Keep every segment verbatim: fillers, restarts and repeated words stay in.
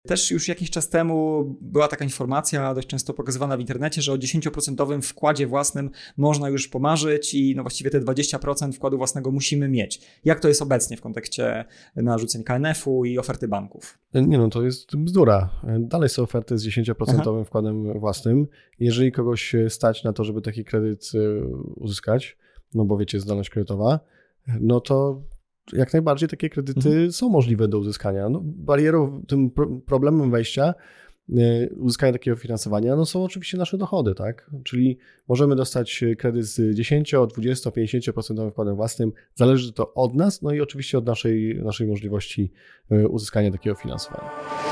Też już jakiś czas temu była taka informacja, dość często pokazywana w internecie, że o dziesięć procent wkładzie własnym można już pomarzyć i no właściwie te dwadzieścia procent wkładu własnego musimy mieć. Jak to jest obecnie w kontekście narzuceń K N F-u i oferty banków? Nie no, to jest bzdura. Dalej są oferty z dziesięć procent Aha. wkładem własnym. Jeżeli kogoś stać na to, żeby taki kredyt uzyskać, no bo wiecie, zdolność kredytowa, no to jak najbardziej takie kredyty mhm. są możliwe do uzyskania. No, barierą, tym problemem wejścia, uzyskania takiego finansowania, no są oczywiście nasze dochody, tak? Czyli możemy dostać kredyt z dziesięć, dwadzieścia, pięćdziesiąt procent wkładem własnym. Zależy to od nas, no i oczywiście od naszej, naszej możliwości uzyskania takiego finansowania.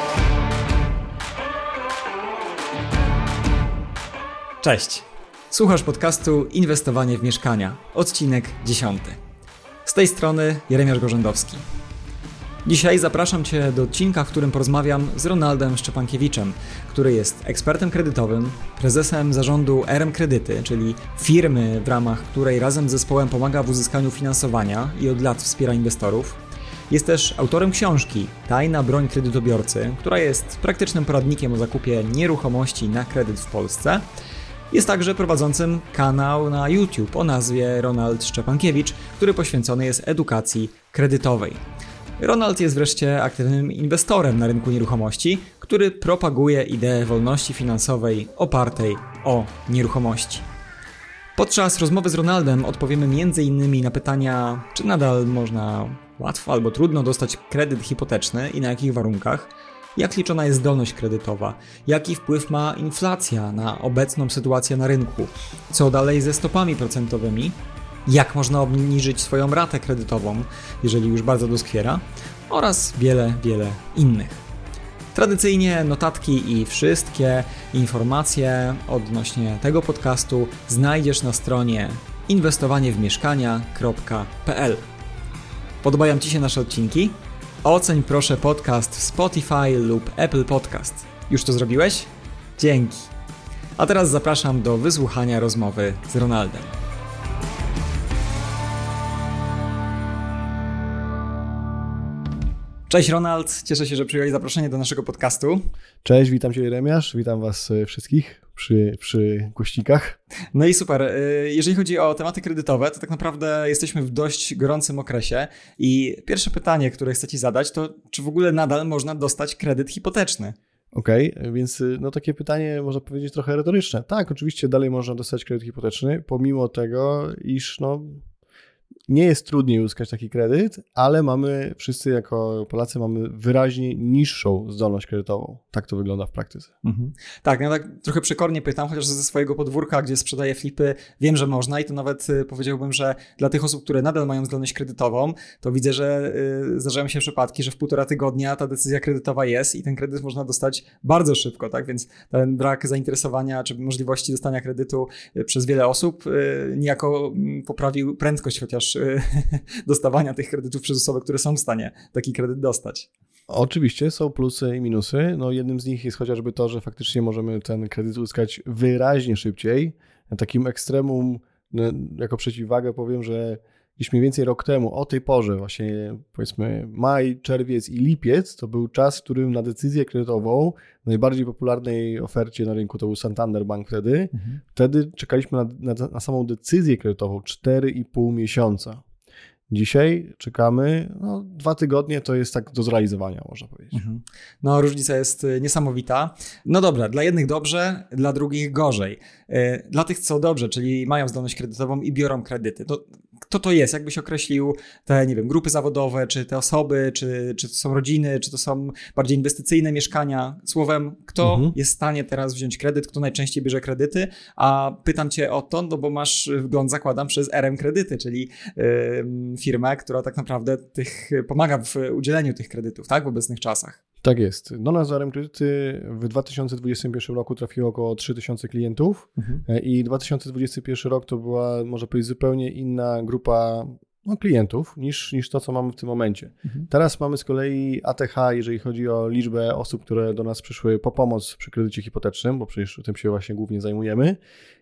Cześć. Słuchasz podcastu Inwestowanie w mieszkania. Odcinek dziesiąty. Z tej strony Jeremiasz Gorzędowski. Dzisiaj zapraszam Cię do odcinka, w którym porozmawiam z Ronaldem Szczepankiewiczem, który jest ekspertem kredytowym, prezesem zarządu R M Kredyty, czyli firmy, w ramach której razem z zespołem pomaga w uzyskaniu finansowania i od lat wspiera inwestorów. Jest też autorem książki Tajna broń kredytobiorcy, która jest praktycznym poradnikiem o zakupie nieruchomości na kredyt w Polsce. Jest także prowadzącym kanał na YouTube o nazwie Ronald Szczepankiewicz, który poświęcony jest edukacji kredytowej. Ronald jest wreszcie aktywnym inwestorem na rynku nieruchomości, który propaguje ideę wolności finansowej opartej o nieruchomości. Podczas rozmowy z Ronaldem odpowiemy między innymi na pytania, czy nadal można łatwo albo trudno dostać kredyt hipoteczny i na jakich warunkach, jak liczona jest zdolność kredytowa, jaki wpływ ma inflacja na obecną sytuację na rynku, co dalej ze stopami procentowymi, jak można obniżyć swoją ratę kredytową, jeżeli już bardzo doskwiera, oraz wiele, wiele innych. Tradycyjnie notatki i wszystkie informacje odnośnie tego podcastu znajdziesz na stronie inwestowanie w mieszkania kropka p l. Podobają Ci się nasze odcinki? Oceń proszę podcast w Spotify lub Apple Podcast. Już to zrobiłeś? Dzięki. A teraz zapraszam do wysłuchania rozmowy z Ronaldem. Cześć Ronald, cieszę się, że przyjąłeś zaproszenie do naszego podcastu. Cześć, witam Cię Jeremiasz, witam Was wszystkich przy, przy gościkach. No i super, jeżeli chodzi o tematy kredytowe, to tak naprawdę jesteśmy w dość gorącym okresie i pierwsze pytanie, które chcę Ci zadać, to czy w ogóle nadal można dostać kredyt hipoteczny? Okej, okay, więc no takie pytanie można powiedzieć trochę retoryczne. Tak, oczywiście dalej można dostać kredyt hipoteczny, pomimo tego, iż no... nie jest trudniej uzyskać taki kredyt, ale mamy, wszyscy jako Polacy mamy wyraźnie niższą zdolność kredytową. Tak to wygląda w praktyce. Mhm. Tak, ja tak trochę przekornie pytam, chociaż ze swojego podwórka, gdzie sprzedaję flipy, wiem, że można i to nawet powiedziałbym, że dla tych osób, które nadal mają zdolność kredytową, to widzę, że y, zdarzają się przypadki, że w półtora tygodnia ta decyzja kredytowa jest i ten kredyt można dostać bardzo szybko, tak? Więc ten brak zainteresowania czy możliwości dostania kredytu przez wiele osób y, niejako poprawił prędkość chociaż dostawania tych kredytów przez osoby, które są w stanie taki kredyt dostać. Oczywiście są plusy i minusy. No jednym z nich jest chociażby to, że faktycznie możemy ten kredyt uzyskać wyraźnie szybciej. Takim ekstremum, jako przeciwwagę powiem, że gdzieś mniej więcej rok temu, o tej porze, właśnie powiedzmy maj, czerwiec i lipiec, to był czas, w którym na decyzję kredytową w najbardziej popularnej ofercie na rynku to był Santander Bank wtedy. Mhm. Wtedy czekaliśmy na, na, na samą decyzję kredytową cztery i pół miesiąca. Dzisiaj czekamy, no dwa tygodnie to jest tak do zrealizowania, można powiedzieć. Mhm. No różnica jest niesamowita. No dobra, dla jednych dobrze, dla drugich gorzej. Dla tych co dobrze, czyli mają zdolność kredytową i biorą kredyty, to kto to jest? Jakbyś określił te, nie wiem, grupy zawodowe, czy te osoby, czy, czy to są rodziny, czy to są bardziej inwestycyjne mieszkania? Słowem, kto mhm. jest w stanie teraz wziąć kredyt, kto najczęściej bierze kredyty? A pytam Cię o to, no bo masz wgląd, zakładam, przez R M Kredyty, czyli yy, firmę, która tak naprawdę tych pomaga w udzieleniu tych kredytów, tak, w obecnych czasach. Tak jest. Do nas R M Kredyty w dwa tysiące dwudziestym pierwszym roku trafiło około trzy tysiące klientów mhm. i dwa tysiące dwudziesty pierwszy rok to była, można powiedzieć, zupełnie inna grupa no, klientów niż, niż to, co mamy w tym momencie. Mhm. Teraz mamy z kolei A T H, jeżeli chodzi o liczbę osób, które do nas przyszły po pomoc przy kredycie hipotecznym, bo przecież tym się właśnie głównie zajmujemy.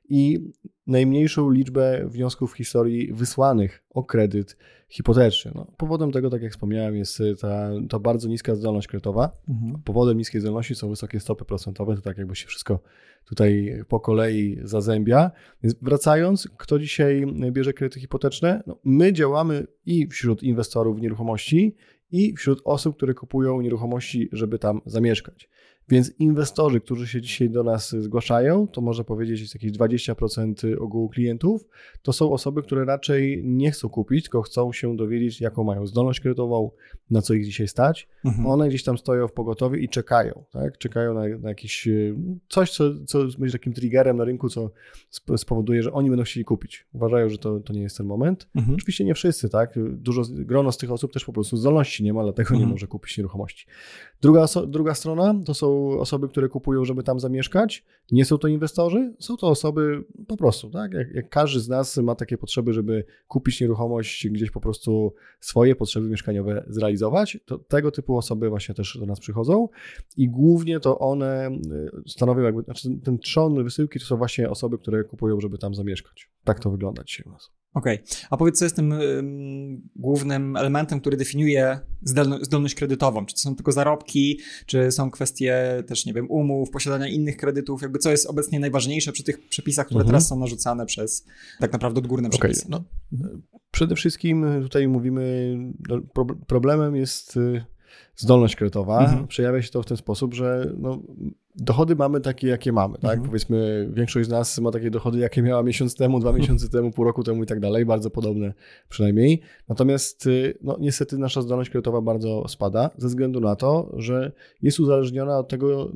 i najmniejszą liczbę wniosków w historii wysłanych o kredyt hipoteczny. No, powodem tego, tak jak wspomniałem, jest ta, ta bardzo niska zdolność kredytowa. Mhm. Powodem niskiej zdolności są wysokie stopy procentowe, to tak jakby się wszystko tutaj po kolei zazębia. Więc wracając, kto dzisiaj bierze kredyty hipoteczne? No, my działamy i wśród inwestorów w nieruchomości, i wśród osób, które kupują nieruchomości, żeby tam zamieszkać. Więc inwestorzy, którzy się dzisiaj do nas zgłaszają, to można powiedzieć jest jakieś dwadzieścia procent ogółu klientów, to są osoby, które raczej nie chcą kupić, tylko chcą się dowiedzieć, jaką mają zdolność kredytową, na co ich dzisiaj stać. Mhm. One gdzieś tam stoją w pogotowiu i czekają, tak? Czekają na, na jakieś coś, co, co będzie takim triggerem na rynku, co spowoduje, że oni będą chcieli kupić. Uważają, że to, to nie jest ten moment. Mhm. Oczywiście nie wszyscy, tak? Dużo, grono z tych osób też po prostu zdolności nie ma, dlatego mhm. nie może kupić nieruchomości. Druga, druga strona to są osoby, które kupują, żeby tam zamieszkać. Nie są to inwestorzy, są to osoby po prostu, tak? Jak, jak każdy z nas ma takie potrzeby, żeby kupić nieruchomość, gdzieś po prostu swoje potrzeby mieszkaniowe zrealizować, to tego typu osoby właśnie też do nas przychodzą i głównie to one stanowią jakby, znaczy ten trzon wysyłki to są właśnie osoby, które kupują, żeby tam zamieszkać. Tak to wygląda dzisiaj u nas. Okej, okay. A powiedz, co jest tym um, głównym elementem, który definiuje zdolno- zdolność kredytową? Czy to są tylko zarobki, czy są kwestie też, nie wiem, umów, posiadania innych kredytów? Jakby co jest obecnie najważniejsze przy tych przepisach, które mhm. teraz są narzucane przez tak naprawdę odgórne przepisy? Okay. No, przede wszystkim tutaj mówimy, no, pro- problemem jest zdolność kredytowa. Mhm. Przejawia się to w ten sposób, że no, dochody mamy takie, jakie mamy. Tak? Mhm. Powiedzmy, większość z nas ma takie dochody, jakie miała miesiąc temu, dwa miesiące temu, pół roku temu i tak dalej, bardzo podobne przynajmniej. Natomiast no, niestety nasza zdolność kredytowa bardzo spada ze względu na to, że jest uzależniona od tego,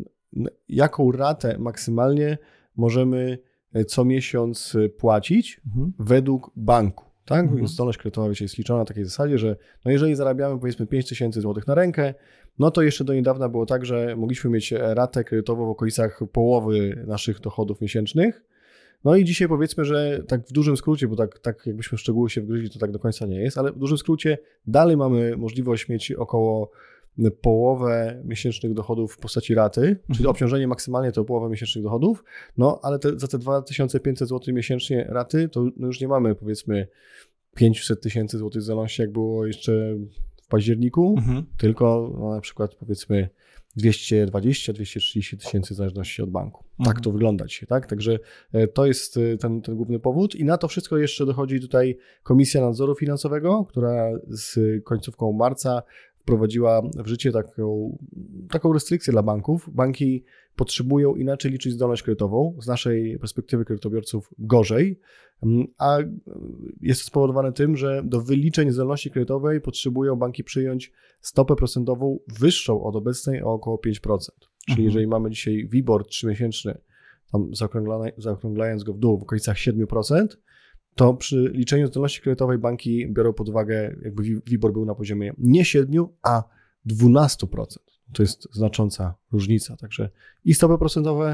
jaką ratę maksymalnie możemy co miesiąc płacić mhm. według banku. Tak? Mhm. Zdolność kredytowa jest liczona na takiej zasadzie, że no jeżeli zarabiamy powiedzmy pięć tysięcy złotych na rękę, no to jeszcze do niedawna było tak, że mogliśmy mieć ratę kredytową w okolicach połowy naszych dochodów miesięcznych. No i dzisiaj powiedzmy, że tak w dużym skrócie, bo tak, tak jakbyśmy w szczegóły się wgryźli, to tak do końca nie jest, ale w dużym skrócie dalej mamy możliwość mieć około połowę miesięcznych dochodów w postaci raty, mhm. czyli obciążenie maksymalnie to połowę miesięcznych dochodów, no ale te, za te dwa tysiące pięćset złotych miesięcznie raty, to no już nie mamy powiedzmy pięćset tysięcy złotych zdolności, jak było jeszcze w październiku, mhm. tylko no, na przykład powiedzmy dwieście dwadzieścia do dwieście trzydzieści tysięcy w zależności od banku. Mhm. Tak to wygląda dzisiaj, tak? Także to jest ten, ten główny powód i na to wszystko jeszcze dochodzi tutaj Komisja Nadzoru Finansowego, która z końcówką marca wprowadziła w życie taką, taką restrykcję dla banków. Banki potrzebują inaczej liczyć zdolność kredytową, z naszej perspektywy kredytobiorców gorzej, a jest to spowodowane tym, że do wyliczeń zdolności kredytowej potrzebują banki przyjąć stopę procentową wyższą od obecnej o około pięć procent. Czyli mhm. jeżeli mamy dzisiaj WIBOR trzymiesięczny, tam zaokrąglając go w dół w okolicach siedem procent, to przy liczeniu zdolności kredytowej banki biorą pod uwagę, jakby WIBOR był na poziomie nie siedem, a dwanaście procent. To jest znacząca różnica. Także i stopy procentowe,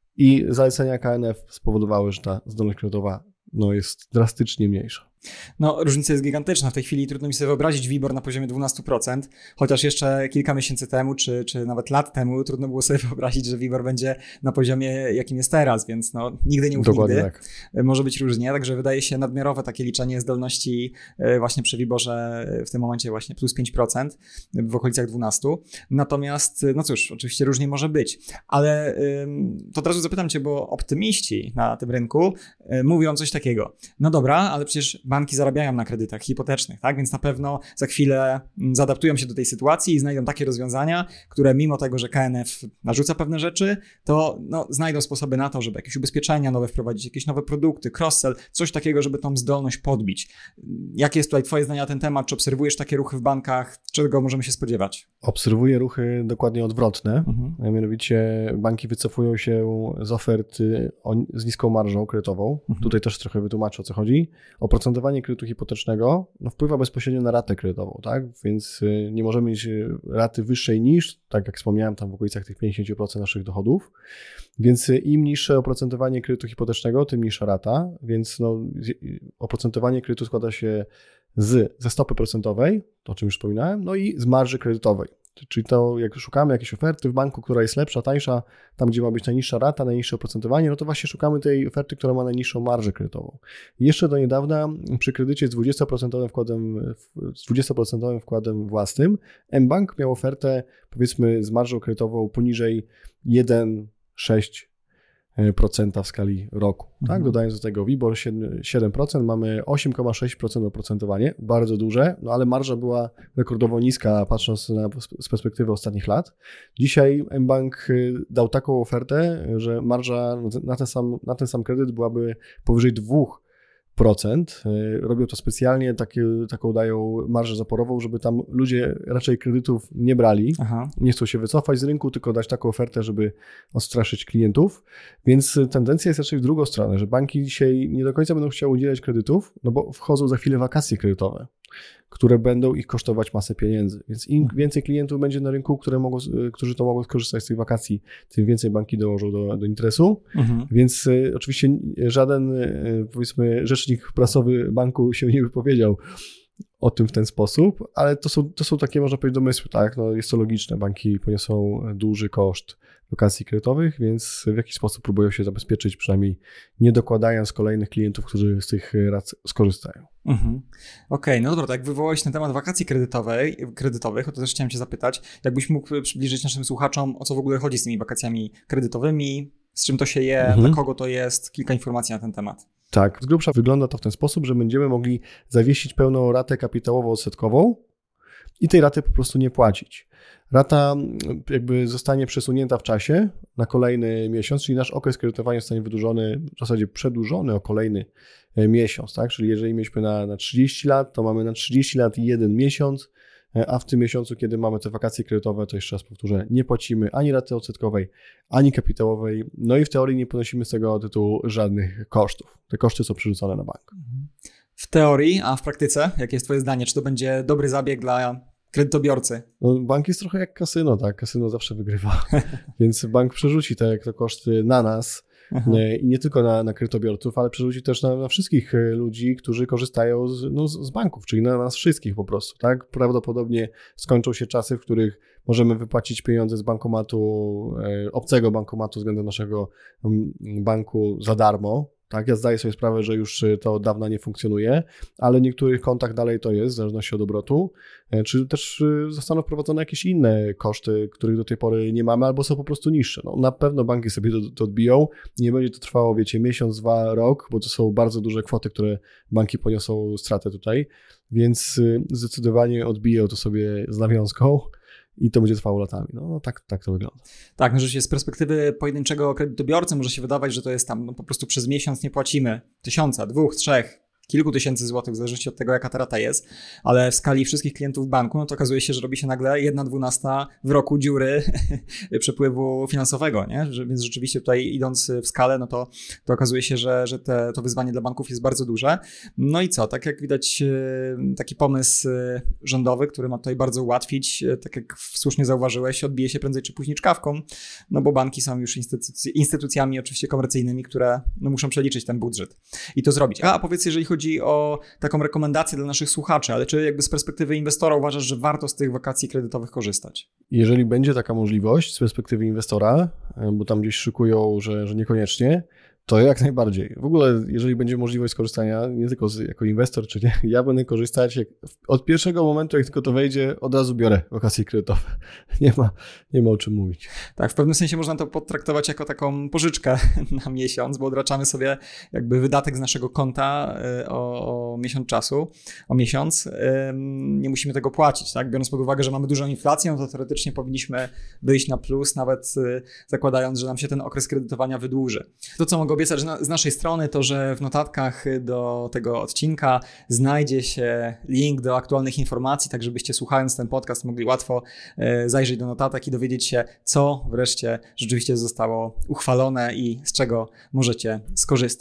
i zalecenia K N F spowodowały, że ta zdolność kredytowa no, jest drastycznie mniejsza. No, różnica jest gigantyczna. W tej chwili trudno mi sobie wyobrazić WIBOR na poziomie dwanaście procent, chociaż jeszcze kilka miesięcy temu, czy, czy nawet lat temu trudno było sobie wyobrazić, że WIBOR będzie na poziomie, jakim jest teraz, więc no, nigdy nie mów Dokładnie nigdy. Tak. Może być różnie, także wydaje się nadmiarowe takie liczenie zdolności właśnie przy WIBORze w tym momencie właśnie plus pięć procent w okolicach dwanaście. Natomiast, no cóż, oczywiście różnie może być, ale to od razu zapytam Cię, bo optymiści na tym rynku mówią coś takiego. No dobra, ale przecież banki zarabiają na kredytach hipotecznych, tak? Więc na pewno za chwilę zaadaptują się do tej sytuacji i znajdą takie rozwiązania, które mimo tego, że K N F narzuca pewne rzeczy, to no, znajdą sposoby na to, żeby jakieś ubezpieczenia nowe wprowadzić, jakieś nowe produkty, cross-sell, coś takiego, żeby tą zdolność podbić. Jakie jest tutaj Twoje zdanie na ten temat? Czy obserwujesz takie ruchy w bankach? Czego możemy się spodziewać? Obserwuję ruchy dokładnie odwrotne. Mhm. A mianowicie banki wycofują się z ofert z niską marżą kredytową. Mhm. Tutaj też trochę wytłumaczę, o co chodzi. Oprocentowanie kredytu hipotecznego no, wpływa bezpośrednio na ratę kredytową, tak? Więc y, nie możemy mieć raty wyższej niż, tak jak wspomniałem, tam w okolicach tych pięćdziesiąt procent naszych dochodów. Więc y, im niższe oprocentowanie kredytu hipotecznego, tym niższa rata. Więc no, y, oprocentowanie kredytu składa się z, ze stopy procentowej, to o czym już wspominałem, no i z marży kredytowej. Czyli to, jak szukamy jakiejś oferty w banku, która jest lepsza, tańsza, tam gdzie ma być najniższa rata, najniższe oprocentowanie, no to właśnie szukamy tej oferty, która ma najniższą marżę kredytową. I jeszcze do niedawna przy kredycie z dwudziestoprocentowym wkładem, z dwudziestoprocentowym wkładem własnym mBank miał ofertę, powiedzmy, z marżą kredytową poniżej jeden przecinek sześć procent w skali roku. Tak? Mhm. Dodając do tego WIBOR siedem procent, mamy osiem przecinek sześć procent oprocentowanie, bardzo duże, no ale marża była rekordowo niska, patrząc na, z perspektywy ostatnich lat. Dzisiaj mBank dał taką ofertę, że marża na ten sam, na ten sam kredyt byłaby powyżej dwa procent. Robią to specjalnie, takie, taką dają marżę zaporową, żeby tam ludzie raczej kredytów nie brali, Aha. nie chcą się wycofać z rynku, tylko dać taką ofertę, żeby odstraszyć klientów. Więc tendencja jest raczej w drugą stronę, że banki dzisiaj nie do końca będą chciały udzielać kredytów, no bo wchodzą za chwilę wakacje kredytowe, które będą ich kosztować masę pieniędzy. Więc im więcej klientów będzie na rynku, które mogą, którzy to mogą skorzystać z tych wakacji, tym więcej banki dołożą do, do interesu. Mhm. Więc y, oczywiście żaden, y, powiedzmy, rzecznik prasowy banku się nie wypowiedział o tym w ten sposób, ale to są, to są takie, można powiedzieć, domysły, tak? No, jest to logiczne. Banki poniosą duży koszt wakacji kredytowych, więc w jakiś sposób próbują się zabezpieczyć, przynajmniej nie dokładając kolejnych klientów, którzy z tych rat skorzystają. Mhm. Okej, okay, no dobra, tak jak wywołałeś ten temat wakacji kredytowej, kredytowych, to też chciałem Cię zapytać, jakbyś mógł przybliżyć naszym słuchaczom, o co w ogóle chodzi z tymi wakacjami kredytowymi, z czym to się je, mhm. dla kogo to jest, kilka informacji na ten temat. Tak, z grubsza wygląda to w ten sposób, że będziemy mogli zawiesić pełną ratę kapitałowo-odsetkową i tej raty po prostu nie płacić. Rata jakby zostanie przesunięta w czasie na kolejny miesiąc, czyli nasz okres kredytowania zostanie wydłużony, w zasadzie przedłużony o kolejny miesiąc, tak? Czyli jeżeli mieliśmy na, na trzydzieści lat, to mamy na trzydzieści lat i jeden miesiąc, a w tym miesiącu, kiedy mamy te wakacje kredytowe, to jeszcze raz powtórzę, nie płacimy ani raty odsetkowej, ani kapitałowej, no i w teorii nie ponosimy z tego tytułu żadnych kosztów. Te koszty są przerzucone na bank. W teorii, a w praktyce, jakie jest Twoje zdanie? Czy to będzie dobry zabieg dla kredytobiorcy? No, bank jest trochę jak kasyno, tak? Kasyno zawsze wygrywa, więc bank przerzuci te, te koszty na nas. Aha. I nie tylko na, na kredytobiorców, ale przerzuci też na, na wszystkich ludzi, którzy korzystają z, no, z banków, czyli na nas wszystkich po prostu, tak? Prawdopodobnie skończą się czasy, w których możemy wypłacić pieniądze z bankomatu, e, obcego bankomatu względem naszego banku za darmo. Tak, ja zdaję sobie sprawę, że już to od dawna nie funkcjonuje, ale w niektórych kontach dalej to jest, w zależności od obrotu. Czy też zostaną wprowadzone jakieś inne koszty, których do tej pory nie mamy, albo są po prostu niższe. No, na pewno banki sobie to, to odbiją. Nie będzie to trwało, wiecie, miesiąc, dwa, rok, bo to są bardzo duże kwoty, które banki poniosą stratę tutaj, więc zdecydowanie odbiją to sobie z nawiązką. I to będzie trwało latami. No, no tak, tak to wygląda. Tak, no rzeczywiście z perspektywy pojedynczego kredytobiorcy może się wydawać, że to jest tam no, po prostu przez miesiąc nie płacimy tysiąca, dwóch, trzech, kilku tysięcy złotych, w zależności od tego, jaka ta rata jest, ale w skali wszystkich klientów banku, no to okazuje się, że robi się nagle jedna dwunasta w roku dziury przepływu finansowego, nie? Że, więc rzeczywiście tutaj idąc w skalę, no to, to okazuje się, że, że te, to wyzwanie dla banków jest bardzo duże. No i co, tak jak widać taki pomysł rządowy, który ma tutaj bardzo ułatwić, tak jak słusznie zauważyłeś, odbije się prędzej czy później czkawką, no bo banki są już instytuc- instytucjami oczywiście komercyjnymi, które no, muszą przeliczyć ten budżet i to zrobić. A, a powiedz, jeżeli chodzi Chodzi o taką rekomendację dla naszych słuchaczy, ale czy jakby z perspektywy inwestora uważasz, że warto z tych wakacji kredytowych korzystać? Jeżeli będzie taka możliwość z perspektywy inwestora, bo tam gdzieś szykują, że, że niekoniecznie, to jak najbardziej. W ogóle, jeżeli będzie możliwość skorzystania, nie tylko z, jako inwestor, czy nie, ja będę korzystać jak, od pierwszego momentu, jak tylko to wejdzie, od razu biorę wakacje kredytowe. Nie ma, nie ma o czym mówić. Tak, w pewnym sensie można to potraktować jako taką pożyczkę na miesiąc, bo odraczamy sobie jakby wydatek z naszego konta o, o miesiąc czasu, o miesiąc. Nie musimy tego płacić, tak? Biorąc pod uwagę, że mamy dużą inflację, to teoretycznie powinniśmy wyjść na plus, nawet zakładając, że nam się ten okres kredytowania wydłuży. To, co mogę obiecać z naszej strony, to że w notatkach do tego odcinka znajdzie się link do aktualnych informacji, tak żebyście słuchając ten podcast mogli łatwo zajrzeć do notatek i dowiedzieć się, co wreszcie rzeczywiście zostało uchwalone i z czego możecie skorzystać.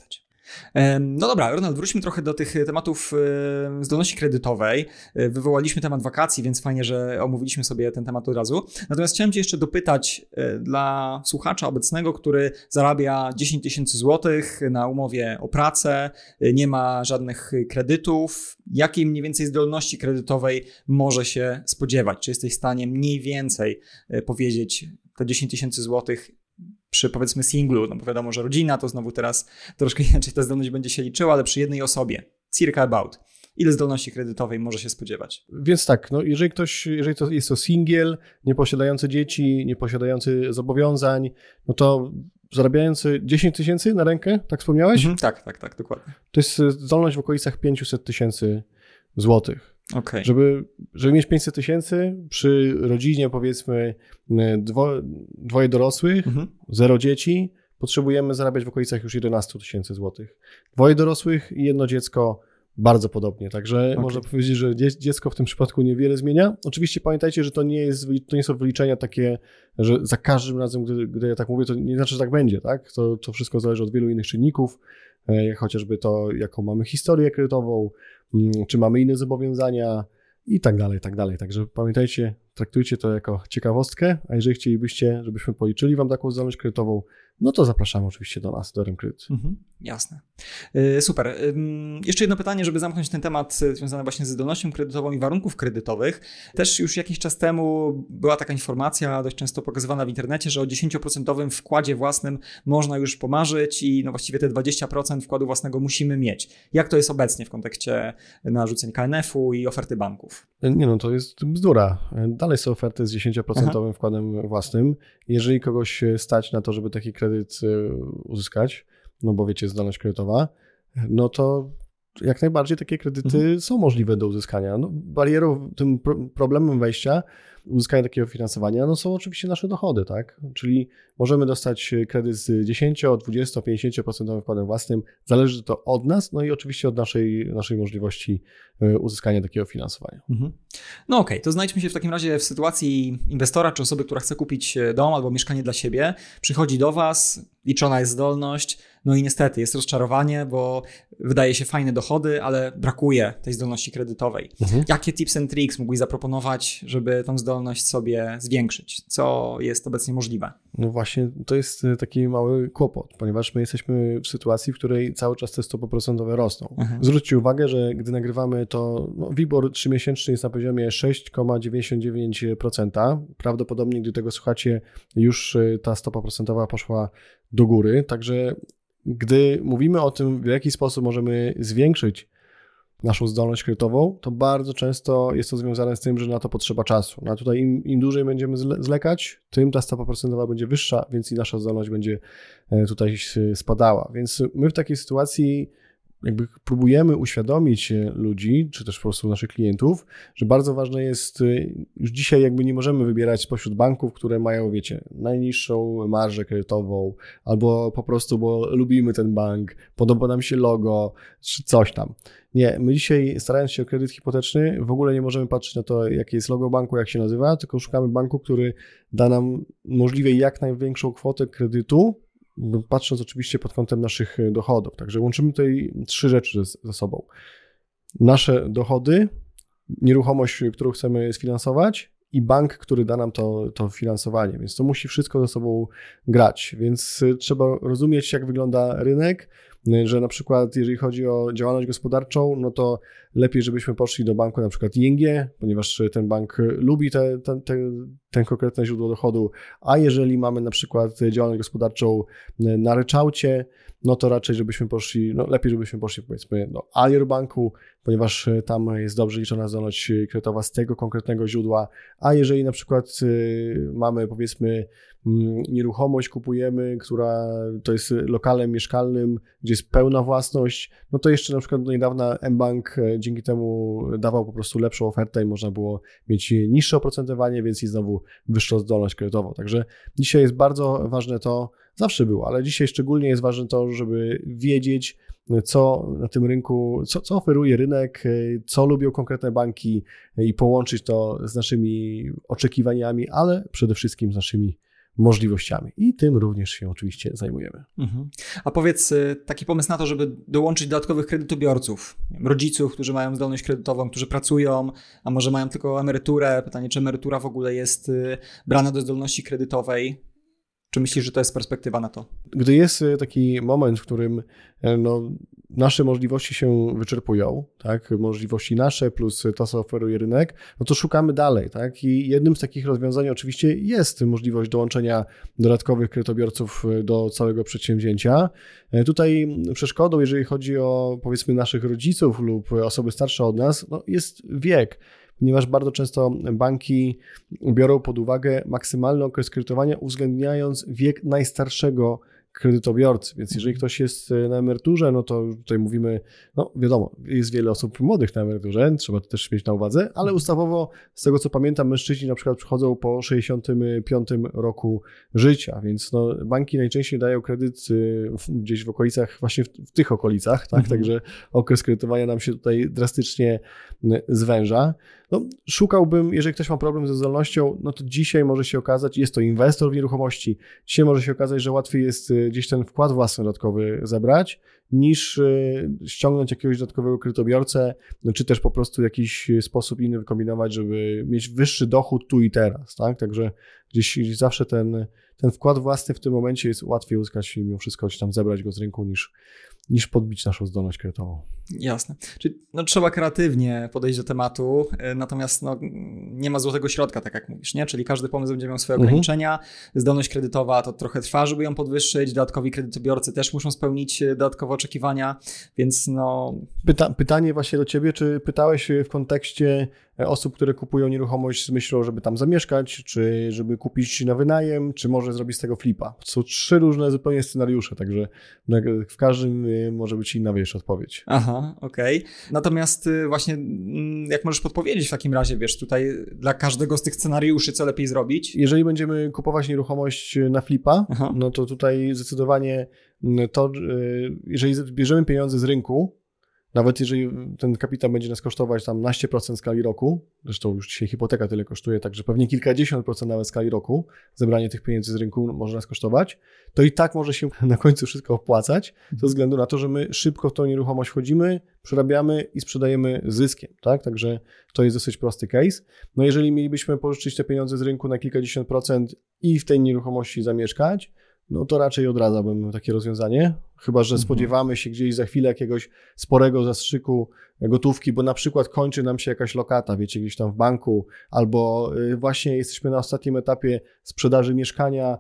No dobra, Ronald, wróćmy trochę do tych tematów zdolności kredytowej. Wywołaliśmy temat wakacji, więc fajnie, że omówiliśmy sobie ten temat od razu. Natomiast chciałem Cię jeszcze dopytać dla słuchacza obecnego, który zarabia dziesięć tysięcy złotych na umowie o pracę, nie ma żadnych kredytów, jakiej mniej więcej zdolności kredytowej może się spodziewać? Czy jesteś w stanie mniej więcej powiedzieć te dziesięć tysięcy złotych przy powiedzmy singlu, no bo wiadomo, że rodzina to znowu teraz troszkę inaczej ta zdolność będzie się liczyła, ale przy jednej osobie, circa about, ile zdolności kredytowej może się spodziewać? Więc tak, no jeżeli ktoś, jeżeli to jest to singiel, nie posiadający dzieci, nie posiadający zobowiązań, no to zarabiający dziesięć tysięcy na rękę, tak wspomniałeś? Mhm, tak, tak, tak, dokładnie. To jest zdolność w okolicach pięćset tysięcy złotych. Okay. Żeby, żeby mieć pięćset tysięcy przy rodzinie powiedzmy dwo, dwoje dorosłych, mhm. zero dzieci, potrzebujemy zarabiać w okolicach już jedenaście tysięcy złotych. Dwoje dorosłych i jedno dziecko bardzo podobnie, także okay. można powiedzieć, że dziecko w tym przypadku niewiele zmienia. Oczywiście pamiętajcie, że to nie jest, to nie są wyliczenia takie, że za każdym razem, gdy, gdy ja tak mówię, to nie znaczy, że tak będzie, tak? To, to wszystko zależy od wielu innych czynników, jak chociażby to, jaką mamy historię kredytową, czy mamy inne zobowiązania i tak dalej, i tak dalej. Także pamiętajcie, traktujcie to jako ciekawostkę, a jeżeli chcielibyście, żebyśmy policzyli Wam taką zdolność kredytową, no to zapraszamy oczywiście do nas, do RenCredit. Mhm, jasne. Yy, super. Yy, jeszcze jedno pytanie, żeby zamknąć ten temat związany właśnie ze zdolnością kredytową i warunków kredytowych. Też już jakiś czas temu była taka informacja, dość często pokazywana w internecie, że o dziesięcioprocentowym wkładzie własnym można już pomarzyć i no właściwie te dwadzieścia procent wkładu własnego musimy mieć. Jak to jest obecnie w kontekście narzuceń K N F-u i oferty banków? Nie no, to jest bzdura. Dalej są oferty z dziesięcioprocentowym Aha. wkładem własnym. Jeżeli kogoś stać na to, żeby taki kredyt uzyskać, no bo wiecie, zdolność kredytowa, no to jak najbardziej takie kredyty mhm. są możliwe do uzyskania. No, barierą, tym problemem wejścia, uzyskania takiego finansowania, no są oczywiście nasze dochody, tak? Czyli możemy dostać kredyt z dziesięć, dwadzieścia, pięćdziesiąt procent wkładem własnym, zależy to od nas, no i oczywiście od naszej, naszej możliwości uzyskania takiego finansowania. Mhm. No okej, okay. To znajdźmy się w takim razie w sytuacji inwestora czy osoby, która chce kupić dom albo mieszkanie dla siebie, przychodzi do Was, liczona jest zdolność, no i niestety jest rozczarowanie, bo wydaje się fajne dochody, ale brakuje tej zdolności kredytowej. Mhm. Jakie tips and tricks mógłbyś zaproponować, żeby tą zdolność sobie zwiększyć? Co jest obecnie możliwe? No właśnie, to jest taki mały kłopot, ponieważ my jesteśmy w sytuacji, w której cały czas te stopy procentowe rosną. Mhm. Zwróćcie uwagę, że gdy nagrywamy to, no, WIBOR trzymiesięczny jest na poziomie sześć przecinek dziewięćdziesiąt dziewięć procent. Prawdopodobnie, gdy tego słuchacie, już ta stopa procentowa poszła do góry, także gdy mówimy o tym, w jaki sposób możemy zwiększyć naszą zdolność kredytową, to bardzo często jest to związane z tym, że na to potrzeba czasu. No a tutaj im, im dłużej będziemy zlekać, tym ta stopa procentowa będzie wyższa, więc i nasza zdolność będzie tutaj spadała. Więc my w takiej sytuacji jakby próbujemy uświadomić ludzi, czy też po prostu naszych klientów, że bardzo ważne jest, już dzisiaj jakby nie możemy wybierać spośród banków, które mają, wiecie, najniższą marżę kredytową, albo po prostu, bo lubimy ten bank, podoba nam się logo, czy coś tam. Nie, my dzisiaj, starając się o kredyt hipoteczny, w ogóle nie możemy patrzeć na to, jakie jest logo banku, jak się nazywa, tylko szukamy banku, który da nam możliwie jak największą kwotę kredytu, patrząc oczywiście pod kątem naszych dochodów. Także łączymy tutaj trzy rzeczy ze sobą. Nasze dochody, nieruchomość, którą chcemy sfinansować i bank, który da nam to, to finansowanie. Więc to musi wszystko ze sobą grać. Więc trzeba rozumieć, jak wygląda rynek, że na przykład jeżeli chodzi o działalność gospodarczą, no to lepiej, żebyśmy poszli do banku na przykład I N G, ponieważ ten bank lubi te, te, te, ten konkretne źródło dochodu, a jeżeli mamy na przykład działalność gospodarczą na ryczałcie, no to raczej żebyśmy poszli, no lepiej żebyśmy poszli powiedzmy do Alior Banku, ponieważ tam jest dobrze liczona zdolność kredytowa z tego konkretnego źródła, a jeżeli na przykład mamy powiedzmy nieruchomość kupujemy, która to jest lokalem mieszkalnym, gdzie jest pełna własność, no to jeszcze na przykład do niedawna mBank dzięki temu dawał po prostu lepszą ofertę i można było mieć niższe oprocentowanie, więc i znowu wyższą zdolność kredytową. Także dzisiaj jest bardzo ważne to, zawsze było, ale dzisiaj szczególnie jest ważne to, żeby wiedzieć, co na tym rynku, co, co oferuje rynek, co lubią konkretne banki i połączyć to z naszymi oczekiwaniami, ale przede wszystkim z naszymi możliwościami. I tym również się oczywiście zajmujemy. Mhm. A powiedz, taki pomysł na to, żeby dołączyć dodatkowych kredytobiorców, rodziców, którzy mają zdolność kredytową, którzy pracują, a może mają tylko emeryturę. Pytanie, czy emerytura w ogóle jest brana do zdolności kredytowej? Czy myślisz, że to jest perspektywa na to? Gdy jest taki moment, w którym no, nasze możliwości się wyczerpują, tak, możliwości nasze plus to, co oferuje rynek, no to szukamy dalej, tak, i jednym z takich rozwiązań oczywiście jest możliwość dołączenia dodatkowych kredytobiorców do całego przedsięwzięcia. Tutaj przeszkodą, jeżeli chodzi o, powiedzmy, naszych rodziców lub osoby starsze od nas, no, jest wiek, ponieważ bardzo często banki biorą pod uwagę maksymalny okres kredytowania, uwzględniając wiek najstarszego kredytobiorcy. Więc jeżeli ktoś jest na emeryturze, no to tutaj mówimy, no wiadomo, jest wiele osób młodych na emeryturze, trzeba to też mieć na uwadze, ale ustawowo, z tego co pamiętam, mężczyźni na przykład przychodzą po sześćdziesiątym piątym roku życia, więc no, banki najczęściej dają kredyt gdzieś w okolicach, właśnie w, w tych okolicach, tak? Mhm. Także okres kredytowania nam się tutaj drastycznie zwęża. No, szukałbym, jeżeli ktoś ma problem ze zdolnością, no to dzisiaj może się okazać, jest to inwestor w nieruchomości, dzisiaj może się okazać, że łatwiej jest gdzieś ten wkład własny dodatkowy zebrać, niż ściągnąć jakiegoś dodatkowego kredytobiorcę, no, czy też po prostu jakiś sposób inny wykombinować, żeby mieć wyższy dochód tu i teraz, tak? Także gdzieś zawsze ten, ten wkład własny w tym momencie jest łatwiej uzyskać mimo wszystko, czy tam zebrać go z rynku, niż niż podbić naszą zdolność kredytową. Jasne. Czyli no, trzeba kreatywnie podejść do tematu, natomiast no, nie ma złotego środka, tak jak mówisz, nie? Czyli każdy pomysł będzie miał swoje ograniczenia. Mhm. Zdolność kredytowa to trochę trwa, żeby ją podwyższyć. Dodatkowi kredytobiorcy też muszą spełnić dodatkowe oczekiwania, więc no... Pyta- pytanie właśnie do ciebie, czy pytałeś w kontekście osób, które kupują nieruchomość z myślą, żeby tam zamieszkać, czy żeby kupić na wynajem, czy może zrobić z tego flipa? To są trzy różne zupełnie scenariusze, także w każdym może być inna, wiesz, odpowiedź. Aha, okej. Okay. Natomiast właśnie jak możesz podpowiedzieć w takim razie, wiesz, tutaj dla każdego z tych scenariuszy, co lepiej zrobić? Jeżeli będziemy kupować nieruchomość na flipa, Aha. no to tutaj zdecydowanie to, jeżeli bierzemy pieniądze z rynku, nawet jeżeli ten kapitał będzie nas kosztować tam naście procent skali roku, zresztą już dzisiaj hipoteka tyle kosztuje, także pewnie kilkadziesiąt procent nawet skali roku zebranie tych pieniędzy z rynku może nas kosztować, to i tak może się na końcu wszystko opłacać, ze względu na to, że my szybko w tą nieruchomość wchodzimy, przerabiamy i sprzedajemy zyskiem, tak? Także to jest dosyć prosty case. No jeżeli mielibyśmy pożyczyć te pieniądze z rynku na kilkadziesiąt procent i w tej nieruchomości zamieszkać, no to raczej odradzałbym takie rozwiązanie, chyba że spodziewamy się gdzieś za chwilę jakiegoś sporego zastrzyku gotówki, bo na przykład kończy nam się jakaś lokata, wiecie, gdzieś tam w banku, albo właśnie jesteśmy na ostatnim etapie sprzedaży mieszkania,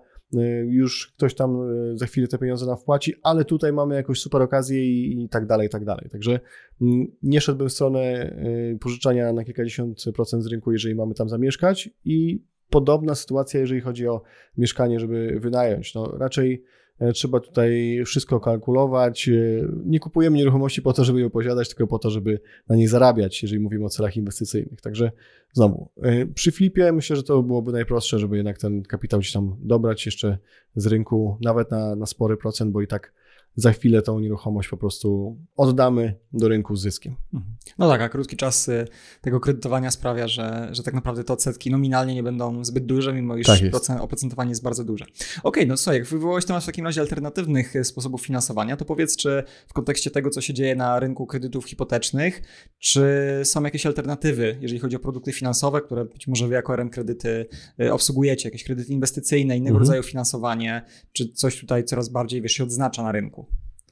już ktoś tam za chwilę te pieniądze nam wpłaci, ale tutaj mamy jakąś super okazję i, i tak dalej, i tak dalej. Także nie szedłbym w stronę pożyczania na kilkadziesiąt procent z rynku, jeżeli mamy tam zamieszkać, i podobna sytuacja, jeżeli chodzi o mieszkanie, żeby wynająć. No, raczej trzeba tutaj wszystko kalkulować. Nie kupujemy nieruchomości po to, żeby ją posiadać, tylko po to, żeby na niej zarabiać, jeżeli mówimy o celach inwestycyjnych. Także znowu, przy flipie myślę, że to byłoby najprostsze, żeby jednak ten kapitał gdzieś tam dobrać jeszcze z rynku, nawet na, na spory procent, bo i tak za chwilę tą nieruchomość po prostu oddamy do rynku z zyskiem. No tak, a krótki czas tego kredytowania sprawia, że, że tak naprawdę te odsetki nominalnie nie będą zbyt duże, mimo iż tak procent, oprocentowanie jest bardzo duże. Okej, okay, no słuchaj, jak wywołałeś temat w takim razie alternatywnych sposobów finansowania, to powiedz, czy w kontekście tego, co się dzieje na rynku kredytów hipotecznych, czy są jakieś alternatywy, jeżeli chodzi o produkty finansowe, które być może wy jako R M Kredyty obsługujecie, jakieś kredyty inwestycyjne, innego mhm. rodzaju finansowanie, czy coś tutaj coraz bardziej, wiesz, się odznacza na rynku?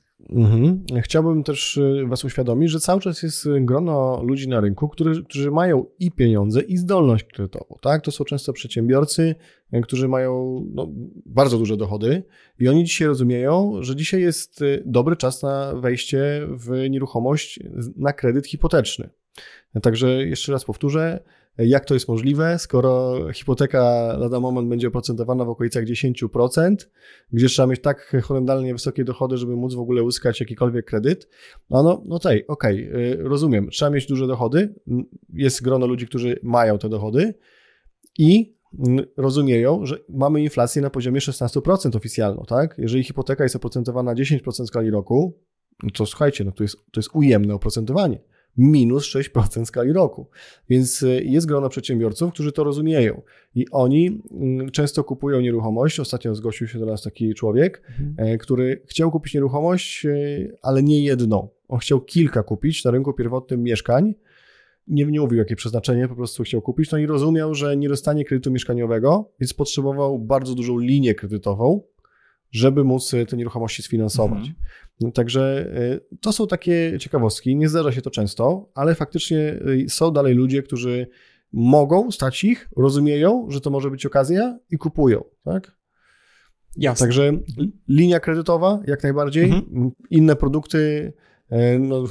Mhm. Chciałbym też was uświadomić, że cały czas jest grono ludzi na rynku, którzy, którzy mają i pieniądze, i zdolność kredytową. Tak? To są często przedsiębiorcy, którzy mają no, bardzo duże dochody i oni dzisiaj rozumieją, że dzisiaj jest dobry czas na wejście w nieruchomość na kredyt hipoteczny. Także jeszcze raz powtórzę, jak to jest możliwe, skoro hipoteka lada moment będzie oprocentowana w okolicach dziesięć procent, gdzie trzeba mieć tak horrendalnie wysokie dochody, żeby móc w ogóle uzyskać jakikolwiek kredyt. No, no, no tej, okej, okay, rozumiem, trzeba mieć duże dochody, jest grono ludzi, którzy mają te dochody i rozumieją, że mamy inflację na poziomie szesnaście procent oficjalną, tak? Jeżeli hipoteka jest oprocentowana dziesięć procent w skali roku, no to słuchajcie, no to jest, to jest ujemne oprocentowanie. minus sześć procent skali roku. Więc jest grono przedsiębiorców, którzy to rozumieją i oni często kupują nieruchomość. Ostatnio zgłosił się do nas taki człowiek, mhm. który chciał kupić nieruchomość, ale nie jedną. On chciał kilka kupić na rynku pierwotnym mieszkań. Nie, nie mówił, jakie przeznaczenie, po prostu chciał kupić. No i rozumiał, że nie dostanie kredytu mieszkaniowego, więc potrzebował bardzo dużą linię kredytową, żeby móc te nieruchomości sfinansować. Mhm. No, także to są takie ciekawostki. Nie zdarza się to często, ale faktycznie są dalej ludzie, którzy mogą, stać ich, rozumieją, że to może być okazja i kupują. Tak? Jasne. Także linia kredytowa jak najbardziej. Mhm. Inne produkty, no,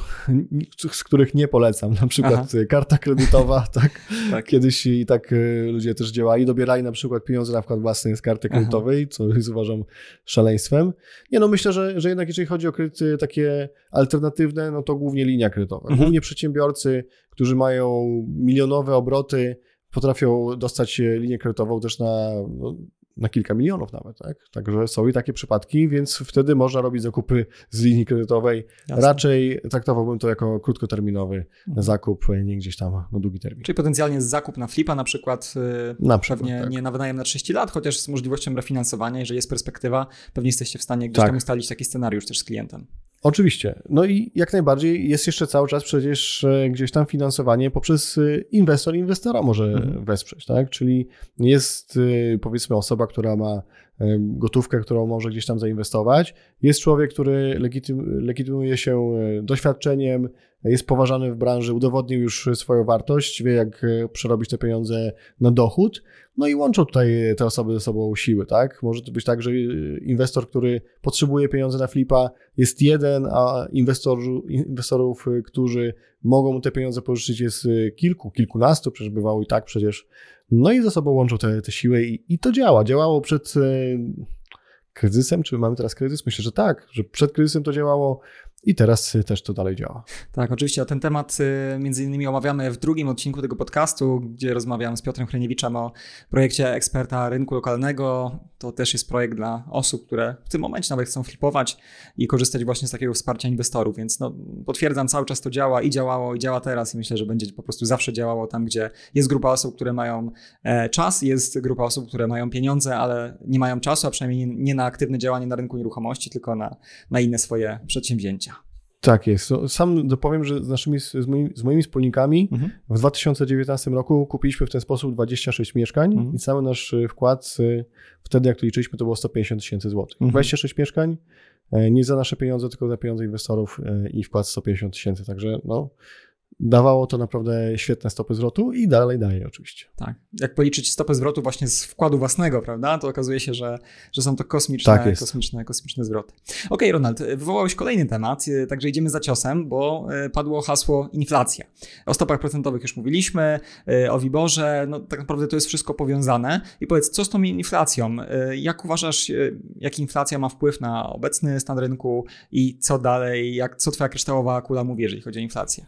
z których nie polecam, na przykład Aha. karta kredytowa, tak? tak, kiedyś i tak ludzie też działali, dobierali na przykład pieniądze na wkład własny z karty kredytowej, Aha. co jest, uważam, szaleństwem. Nie no, myślę, że, że jednak jeżeli chodzi o kredyty takie alternatywne, no to głównie linia kredytowa. Mhm. Głównie przedsiębiorcy, którzy mają milionowe obroty, potrafią dostać linię kredytową też na... No, na kilka milionów nawet, tak? Także są i takie przypadki, więc wtedy można robić zakupy z linii kredytowej. Jasne. Raczej traktowałbym to jako krótkoterminowy mhm. zakup, nie gdzieś tam na długi termin. Czyli potencjalnie zakup na flipa na przykład, na przykład pewnie tak. nie na wynajem na trzydzieści lat, chociaż z możliwością refinansowania, jeżeli jest perspektywa, pewnie jesteście w stanie gdzieś tak. tam ustalić taki scenariusz też z klientem. Oczywiście. No i jak najbardziej jest jeszcze cały czas przecież gdzieś tam finansowanie poprzez inwestor inwestora może mhm. wesprzeć, tak? Czyli jest powiedzmy osoba, która ma gotówkę, którą może gdzieś tam zainwestować. Jest człowiek, który legitym, legitymuje się doświadczeniem, jest poważany w branży, udowodnił już swoją wartość, wie jak przerobić te pieniądze na dochód. No i łączą tutaj te osoby ze sobą siły, tak? Może to być tak, że inwestor, który potrzebuje pieniądze na flipa, jest jeden, a inwestorzy, inwestorów, którzy mogą mu te pieniądze pożyczyć, jest kilku, kilkunastu, przecież bywało i tak przecież. No i ze sobą łączą te, te siły i, i to działa. Działało przed e, kryzysem. Czy mamy teraz kryzys? Myślę, że tak, że przed kryzysem to działało i teraz też to dalej działa. Tak, oczywiście. A ten temat między innymi omawiamy w drugim odcinku tego podcastu, gdzie rozmawiam z Piotrem Hryniewiczem o projekcie eksperta rynku lokalnego. To też jest projekt dla osób, które w tym momencie nawet chcą flipować i korzystać właśnie z takiego wsparcia inwestorów, więc no, potwierdzam, cały czas to działa i działało i działa teraz i myślę, że będzie po prostu zawsze działało tam, gdzie jest grupa osób, które mają e, czas, jest grupa osób, które mają pieniądze, ale nie mają czasu, a przynajmniej nie na aktywne działanie na rynku nieruchomości, tylko na, na inne swoje przedsięwzięcia. Tak jest. Sam dopowiem, że z naszymi, z moimi, z moimi wspólnikami mhm. w dwa tysiące dziewiętnastym roku kupiliśmy w ten sposób dwadzieścia sześć mieszkań mhm. i cały nasz wkład wtedy, jak to liczyliśmy, to było sto pięćdziesiąt tysięcy złotych. Mhm. dwadzieścia sześć mieszkań, nie za nasze pieniądze, tylko za pieniądze inwestorów i wkład sto pięćdziesiąt tysięcy. Także no, dawało to naprawdę świetne stopy zwrotu i dalej daje oczywiście. Tak. Jak policzyć stopę zwrotu właśnie z wkładu własnego, prawda, to okazuje się, że, że są to kosmiczne, tak kosmiczne, kosmiczne zwroty. Okej, okay, Ronald, wywołałeś kolejny temat, także idziemy za ciosem, bo padło hasło inflacja. O stopach procentowych już mówiliśmy, o WIBORze, no tak naprawdę to jest wszystko powiązane. I powiedz, co z tą inflacją? Jak uważasz, jaki inflacja ma wpływ na obecny stan rynku i co dalej, jak, co twoja kryształowa kula mówi, jeżeli chodzi o inflację?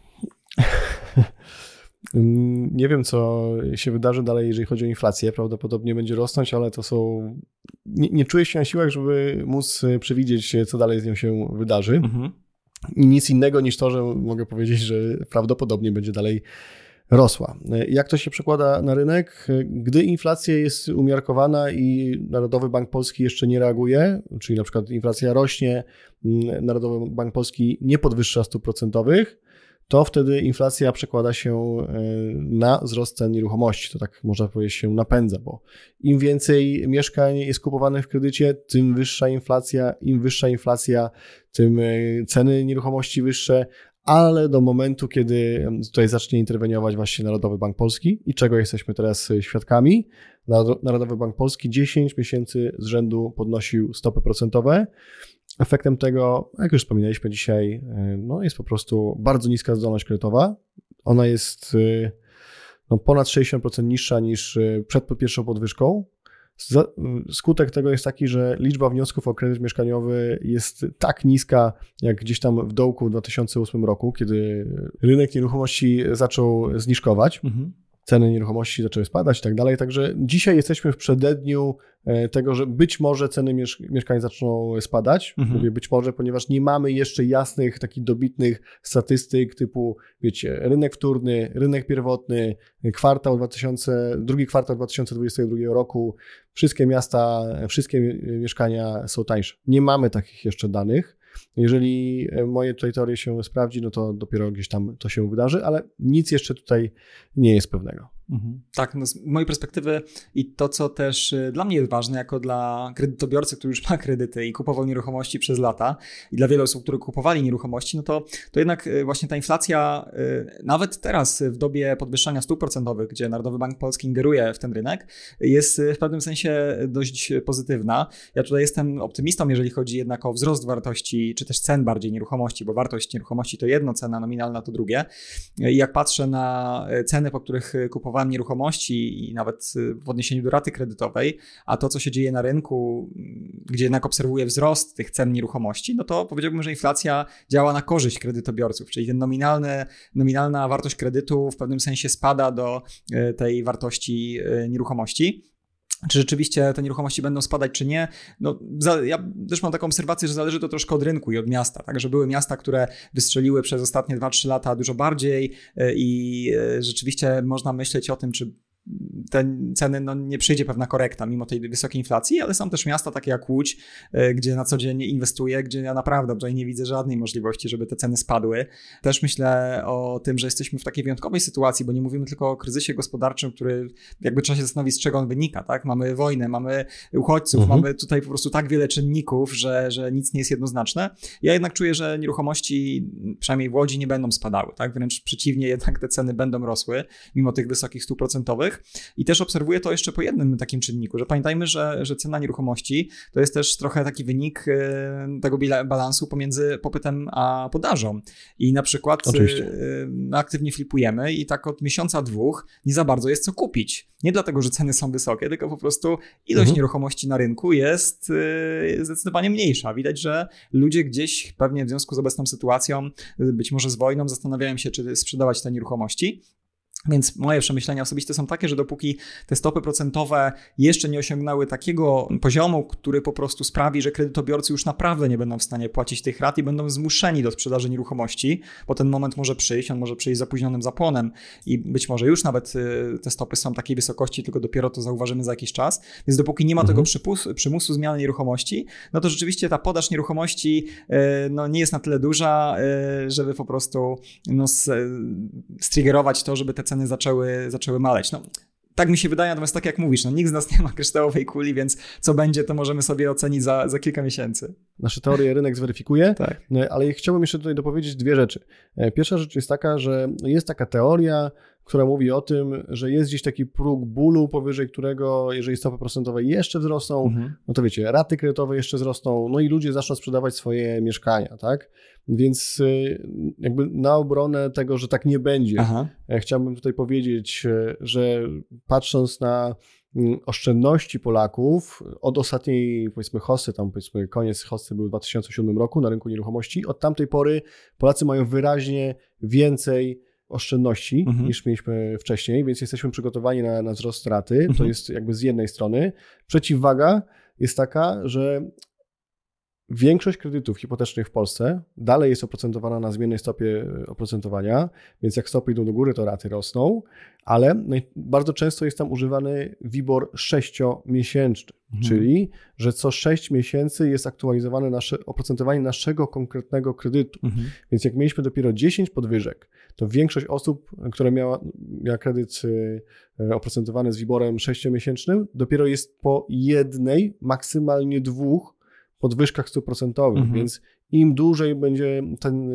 Nie wiem, co się wydarzy dalej, jeżeli chodzi o inflację. Prawdopodobnie będzie rosnąć, ale to są... Nie, nie czuję się na siłach, żeby móc przewidzieć, co dalej z nią się wydarzy. Mhm. I nic innego niż to, że mogę powiedzieć, że prawdopodobnie będzie dalej rosła. Jak to się przekłada na rynek? Gdy inflacja jest umiarkowana i Narodowy Bank Polski jeszcze nie reaguje, czyli na przykład inflacja rośnie, Narodowy Bank Polski nie podwyższa stóp procentowych, to wtedy inflacja przekłada się na wzrost cen nieruchomości. To tak można powiedzieć się napędza, bo im więcej mieszkań jest kupowanych w kredycie, tym wyższa inflacja, im wyższa inflacja, tym ceny nieruchomości wyższe, ale do momentu, kiedy tutaj zacznie interweniować właśnie Narodowy Bank Polski i czego jesteśmy teraz świadkami, Narodowy Bank Polski dziesięć miesięcy z rzędu podnosił stopy procentowe. Efektem tego, jak już wspominaliśmy dzisiaj, no jest po prostu bardzo niska zdolność kredytowa. Ona jest no, ponad sześćdziesiąt procent niższa niż przed pierwszą podwyżką. Skutek tego jest taki, że liczba wniosków o kredyt mieszkaniowy jest tak niska, jak gdzieś tam w dołku w dwa tysiące ósmym roku, kiedy rynek nieruchomości zaczął zniżkować. Mhm. ceny nieruchomości zaczęły spadać i tak dalej. Także dzisiaj jesteśmy w przededniu tego, że być może ceny miesz- mieszkań zaczną spadać. Mhm. Mówię być może, ponieważ nie mamy jeszcze jasnych, takich dobitnych statystyk typu, wiecie, rynek wtórny, rynek pierwotny, kwartał dwa tysiące, drugi kwartał dwa tysiące dwudziestego drugiego roku. Wszystkie miasta, wszystkie mieszkania są tańsze. Nie mamy takich jeszcze danych. Jeżeli moje tutaj teorie się sprawdzi, no to dopiero gdzieś tam to się wydarzy, ale nic jeszcze tutaj nie jest pewnego. Mhm. Tak, no z mojej perspektywy i to, co też dla mnie jest ważne, jako dla kredytobiorcy, który już ma kredyty i kupował nieruchomości przez lata i dla wielu osób, które kupowali nieruchomości, no to, to jednak właśnie ta inflacja, nawet teraz w dobie podwyższania stóp procentowych, gdzie Narodowy Bank Polski ingeruje w ten rynek, jest w pewnym sensie dość pozytywna. Ja tutaj jestem optymistą, jeżeli chodzi jednak o wzrost wartości, czy też cen bardziej nieruchomości, bo wartość nieruchomości to jedno, cena nominalna to drugie. I jak patrzę na ceny, po których kupowałem nieruchomości i nawet w odniesieniu do raty kredytowej, a to, co się dzieje na rynku, gdzie jednak obserwuję wzrost tych cen nieruchomości, no to powiedziałbym, że inflacja działa na korzyść kredytobiorców, czyli ten nominalny, nominalna wartość kredytu w pewnym sensie spada do tej wartości nieruchomości. Czy rzeczywiście te nieruchomości będą spadać, czy nie? No, za, ja też mam taką obserwację, że zależy to troszkę od rynku i od miasta. Tak? Że były miasta, które wystrzeliły przez ostatnie dwa trzy lata dużo bardziej i rzeczywiście można myśleć o tym, czy te ceny, no nie przyjdzie pewna korekta mimo tej wysokiej inflacji, ale są też miasta takie jak Łódź, gdzie na co dzień inwestuję, gdzie ja naprawdę tutaj nie widzę żadnej możliwości, żeby te ceny spadły. Też myślę o tym, że jesteśmy w takiej wyjątkowej sytuacji, bo nie mówimy tylko o kryzysie gospodarczym, który jakby trzeba się zastanowić, z czego on wynika, tak? Mamy wojnę, mamy uchodźców, mhm. mamy tutaj po prostu tak wiele czynników, że, że nic nie jest jednoznaczne. Ja jednak czuję, że nieruchomości, przynajmniej w Łodzi, nie będą spadały, tak? Wręcz przeciwnie, jednak te ceny będą rosły, mimo tych wysokich stóp procentowych. I też obserwuję to jeszcze po jednym takim czynniku, że pamiętajmy, że, że cena nieruchomości to jest też trochę taki wynik tego balansu pomiędzy popytem a podażą. I na przykład Oczywiście. aktywnie flipujemy i tak od miesiąca, dwóch nie za bardzo jest co kupić. Nie dlatego, że ceny są wysokie, tylko po prostu ilość mhm. nieruchomości na rynku jest zdecydowanie mniejsza. Widać, że ludzie gdzieś pewnie w związku z obecną sytuacją, być może z wojną, zastanawiają się, czy sprzedawać te nieruchomości. Więc moje przemyślenia osobiste są takie, że dopóki te stopy procentowe jeszcze nie osiągnęły takiego poziomu, który po prostu sprawi, że kredytobiorcy już naprawdę nie będą w stanie płacić tych rat i będą zmuszeni do sprzedaży nieruchomości, bo ten moment może przyjść, on może przyjść z zapóźnionym zapłonem i być może już nawet te stopy są takiej wysokości, tylko dopiero to zauważymy za jakiś czas. Więc dopóki nie ma mhm. tego przypusu, przymusu zmiany nieruchomości, no to rzeczywiście ta podaż nieruchomości no, nie jest na tyle duża, żeby po prostu no, striggerować to, żeby te ceny zaczęły, zaczęły maleć. No, tak mi się wydaje, natomiast tak jak mówisz, no, nikt z nas nie ma kryształowej kuli, więc co będzie, to możemy sobie ocenić za, za kilka miesięcy. Nasze teorie rynek zweryfikuje, tak. Ale chciałbym jeszcze tutaj dopowiedzieć dwie rzeczy. Pierwsza rzecz jest taka, że jest taka teoria, która mówi o tym, że jest gdzieś taki próg bólu, powyżej którego, jeżeli stopy procentowe jeszcze wzrosną, mhm. no to wiecie, raty kredytowe jeszcze wzrosną, no i ludzie zaczną sprzedawać swoje mieszkania, tak? Więc jakby na obronę tego, że tak nie będzie, Aha. chciałbym tutaj powiedzieć, że patrząc na oszczędności Polaków od ostatniej, powiedzmy, hossy, tam powiedzmy koniec hossy był w dwa tysiące siódmym roku na rynku nieruchomości, od tamtej pory Polacy mają wyraźnie więcej oszczędności mhm. niż mieliśmy wcześniej, więc jesteśmy przygotowani na, na wzrost raty. Mhm. To jest jakby z jednej strony. Przeciwwaga jest taka, że większość kredytów hipotecznych w Polsce dalej jest oprocentowana na zmiennej stopie oprocentowania, więc jak stopy idą do góry, to raty rosną, ale bardzo często jest tam używany WIBOR sześciomiesięczny, mhm. czyli że co sześć miesięcy jest aktualizowane nasze oprocentowanie naszego konkretnego kredytu. Mhm. Więc jak mieliśmy dopiero dziesięć podwyżek, to większość osób, która miała, miała kredyt oprocentowany z WIBORem sześciomiesięcznym, dopiero jest po jednej, maksymalnie dwóch podwyżkach stóp procentowych, mhm. więc im dłużej będzie ten,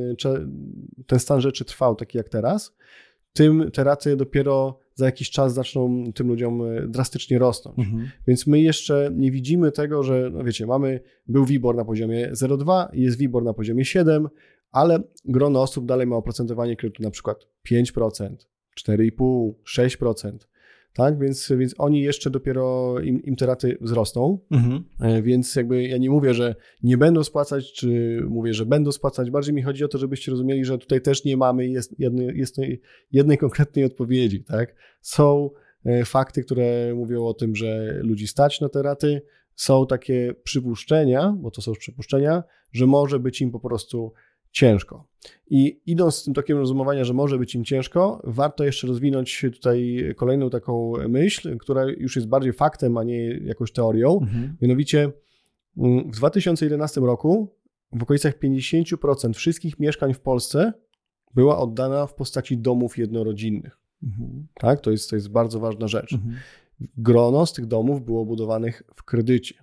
ten stan rzeczy trwał, taki jak teraz, tym te raty dopiero za jakiś czas zaczną tym ludziom drastycznie rosnąć. Mhm. Więc my jeszcze nie widzimy tego, że, no wiecie, mamy, był WIBOR na poziomie zero przecinek dwa, jest WIBOR na poziomie siedem, ale grono osób dalej ma oprocentowanie kredytu na przykład pięć procent, cztery przecinek pięć procent, sześć procent. tak? Więc, więc oni jeszcze dopiero im, im te raty wzrosną, mhm. Więc jakby ja nie mówię, że nie będą spłacać, czy mówię, że będą spłacać. Bardziej mi chodzi o to, żebyście rozumieli, że tutaj też nie mamy jest jednej, jest jednej konkretnej odpowiedzi, tak? Są fakty, które mówią o tym, że ludzi stać na te raty, są takie przypuszczenia, bo to są przypuszczenia, że może być im po prostu ciężko. I idąc z tym tokiem rozumowania, że może być im ciężko, warto jeszcze rozwinąć tutaj kolejną taką myśl, która już jest bardziej faktem, a nie jakąś teorią. Mhm. Mianowicie w dwa tysiące jedenastym roku w okolicach pięćdziesiąt procent wszystkich mieszkań w Polsce była oddana w postaci domów jednorodzinnych. Mhm. Tak, to jest, to jest bardzo ważna rzecz. Mhm. Grono z tych domów było budowanych w kredycie.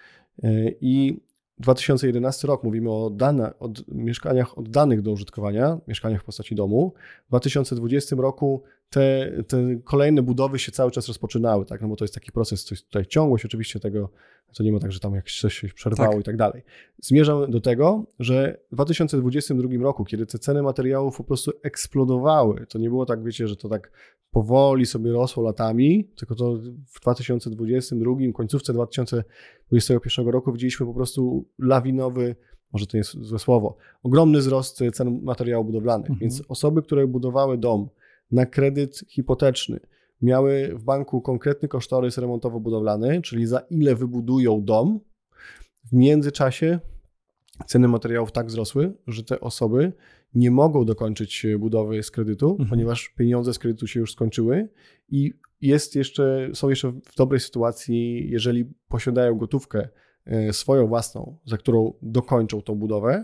I dwa tysiące jedenasty rok, mówimy o, dane, o mieszkaniach oddanych do użytkowania, mieszkaniach w postaci domu. W dwa tysiące dwudziestym roku te, te kolejne budowy się cały czas rozpoczynały, tak? No bo to jest taki proces, to jest tutaj ciągłość oczywiście tego, to nie ma tak, że tam jakieś coś się przerwało tak. i tak dalej. Zmierzam do tego, że w dwa tysiące dwudziestym drugim roku, kiedy te ceny materiałów po prostu eksplodowały, to nie było tak, wiecie, że to tak powoli sobie rosło latami, tylko to w dwa tysiące dwudziestym drugim, końcówce dwa tysiące dwudziestego pierwszego roku widzieliśmy po prostu lawinowy, może to nie jest złe słowo, ogromny wzrost cen materiałów budowlanych. Mhm. Więc osoby, które budowały dom na kredyt hipoteczny, miały w banku konkretny kosztorys remontowo-budowlany, czyli za ile wybudują dom, w międzyczasie ceny materiałów tak wzrosły, że te osoby nie mogą dokończyć budowy z kredytu, mhm. ponieważ pieniądze z kredytu się już skończyły i jest jeszcze, są jeszcze w dobrej sytuacji, jeżeli posiadają gotówkę swoją własną, za którą dokończą tą budowę.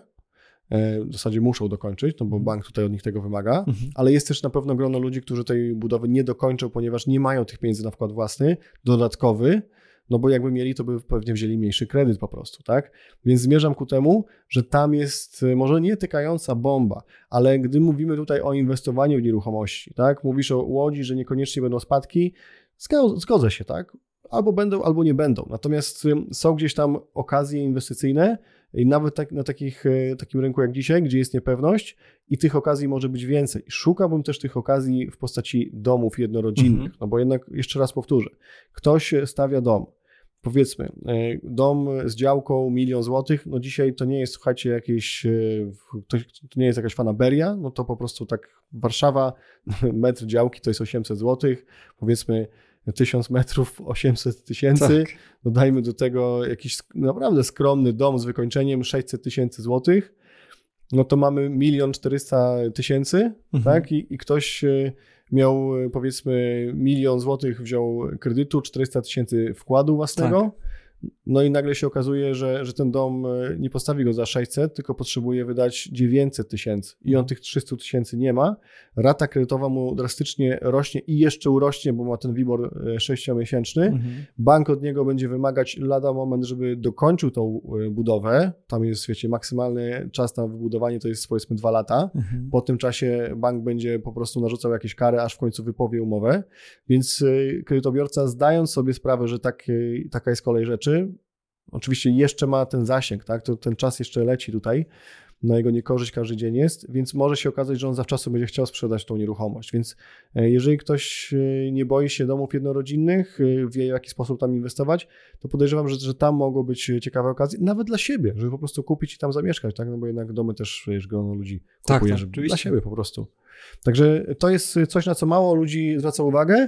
W zasadzie muszą dokończyć, no bo bank tutaj od nich tego wymaga, mhm. ale jest też na pewno grono ludzi, którzy tej budowy nie dokończą, ponieważ nie mają tych pieniędzy na wkład własny, dodatkowy, no bo jakby mieli, to by pewnie wzięli mniejszy kredyt po prostu, tak? Więc zmierzam ku temu, że tam jest może nie tykająca bomba, ale gdy mówimy tutaj o inwestowaniu w nieruchomości, tak? Mówisz o Łodzi, że niekoniecznie będą spadki, zgodzę się, tak? Albo będą, albo nie będą. Natomiast są gdzieś tam okazje inwestycyjne i nawet tak, na takich, takim rynku jak dzisiaj, gdzie jest niepewność i tych okazji może być więcej. Szukałbym też tych okazji w postaci domów jednorodzinnych, mm-hmm. no bo jednak, jeszcze raz powtórzę, ktoś stawia dom, powiedzmy, dom z działką milion złotych, no dzisiaj to nie jest, słuchajcie, jakieś, to, to nie jest jakaś fanaberia, no to po prostu tak Warszawa, metr działki to jest osiemset złotych, powiedzmy tysiąc metrów, osiemset tysięcy, tak. Dodajmy do tego jakiś naprawdę skromny dom z wykończeniem sześćset tysięcy złotych, no to mamy milion czterysta tysięcy, mhm. tak? I, I ktoś miał, powiedzmy, milion złotych wziął kredytu, czterysta tysięcy wkładu własnego, tak. No i nagle się okazuje, że, że ten dom nie postawi go za sześćset, tylko potrzebuje wydać dziewięćset tysięcy i on tych trzysta tysięcy nie ma. Rata kredytowa mu drastycznie rośnie i jeszcze urośnie, bo ma ten WIBOR sześciomiesięczny. Mhm. Bank od niego będzie wymagać lada moment, żeby dokończył tą budowę. Tam jest, wiecie, maksymalny czas na wybudowanie to jest powiedzmy dwa lata. Mhm. Po tym czasie bank będzie po prostu narzucał jakieś kary, aż w końcu wypowie umowę. Więc kredytobiorca, zdając sobie sprawę, że tak, taka jest kolej rzeczy, oczywiście jeszcze ma ten zasięg, tak? To ten czas jeszcze leci tutaj, na jego niekorzyść każdy dzień jest, więc może się okazać, że on zawczasu będzie chciał sprzedać tą nieruchomość. Więc jeżeli ktoś nie boi się domów jednorodzinnych, wie w jaki sposób tam inwestować, to podejrzewam, że, że tam mogą być ciekawe okazje, nawet dla siebie, żeby po prostu kupić i tam zamieszkać, tak? No bo jednak domy też, wiesz, grono ludzi tak, kupuje, tak, żeby dla siebie po prostu. Także to jest coś, na co mało ludzi zwraca uwagę,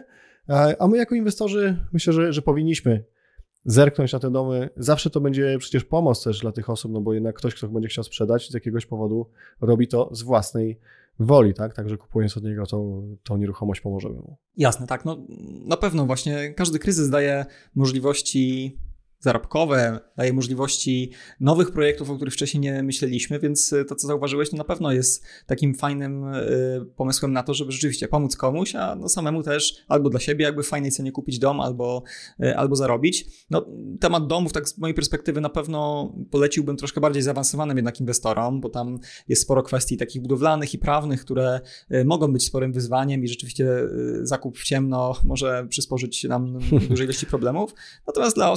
a my jako inwestorzy myślę, że, że powinniśmy zerknąć na te domy. Zawsze to będzie przecież pomoc też dla tych osób, no bo jednak ktoś, kto będzie chciał sprzedać z jakiegoś powodu, robi to z własnej woli, tak? Także kupując od niego tą, tą nieruchomość pomożemy mu. Jasne, tak. No, na pewno właśnie każdy kryzys daje możliwości zarobkowe, daje możliwości nowych projektów, o których wcześniej nie myśleliśmy, więc to, co zauważyłeś, to na pewno jest takim fajnym y, pomysłem na to, żeby rzeczywiście pomóc komuś, a no samemu też albo dla siebie jakby w fajnej cenie kupić dom, albo, y, albo zarobić. No, temat domów, tak z mojej perspektywy na pewno poleciłbym troszkę bardziej zaawansowanym jednak inwestorom, bo tam jest sporo kwestii takich budowlanych i prawnych, które y, mogą być sporym wyzwaniem i rzeczywiście y, zakup w ciemno może przysporzyć nam dużej ilości problemów. Natomiast dla osób, które rzeczywiście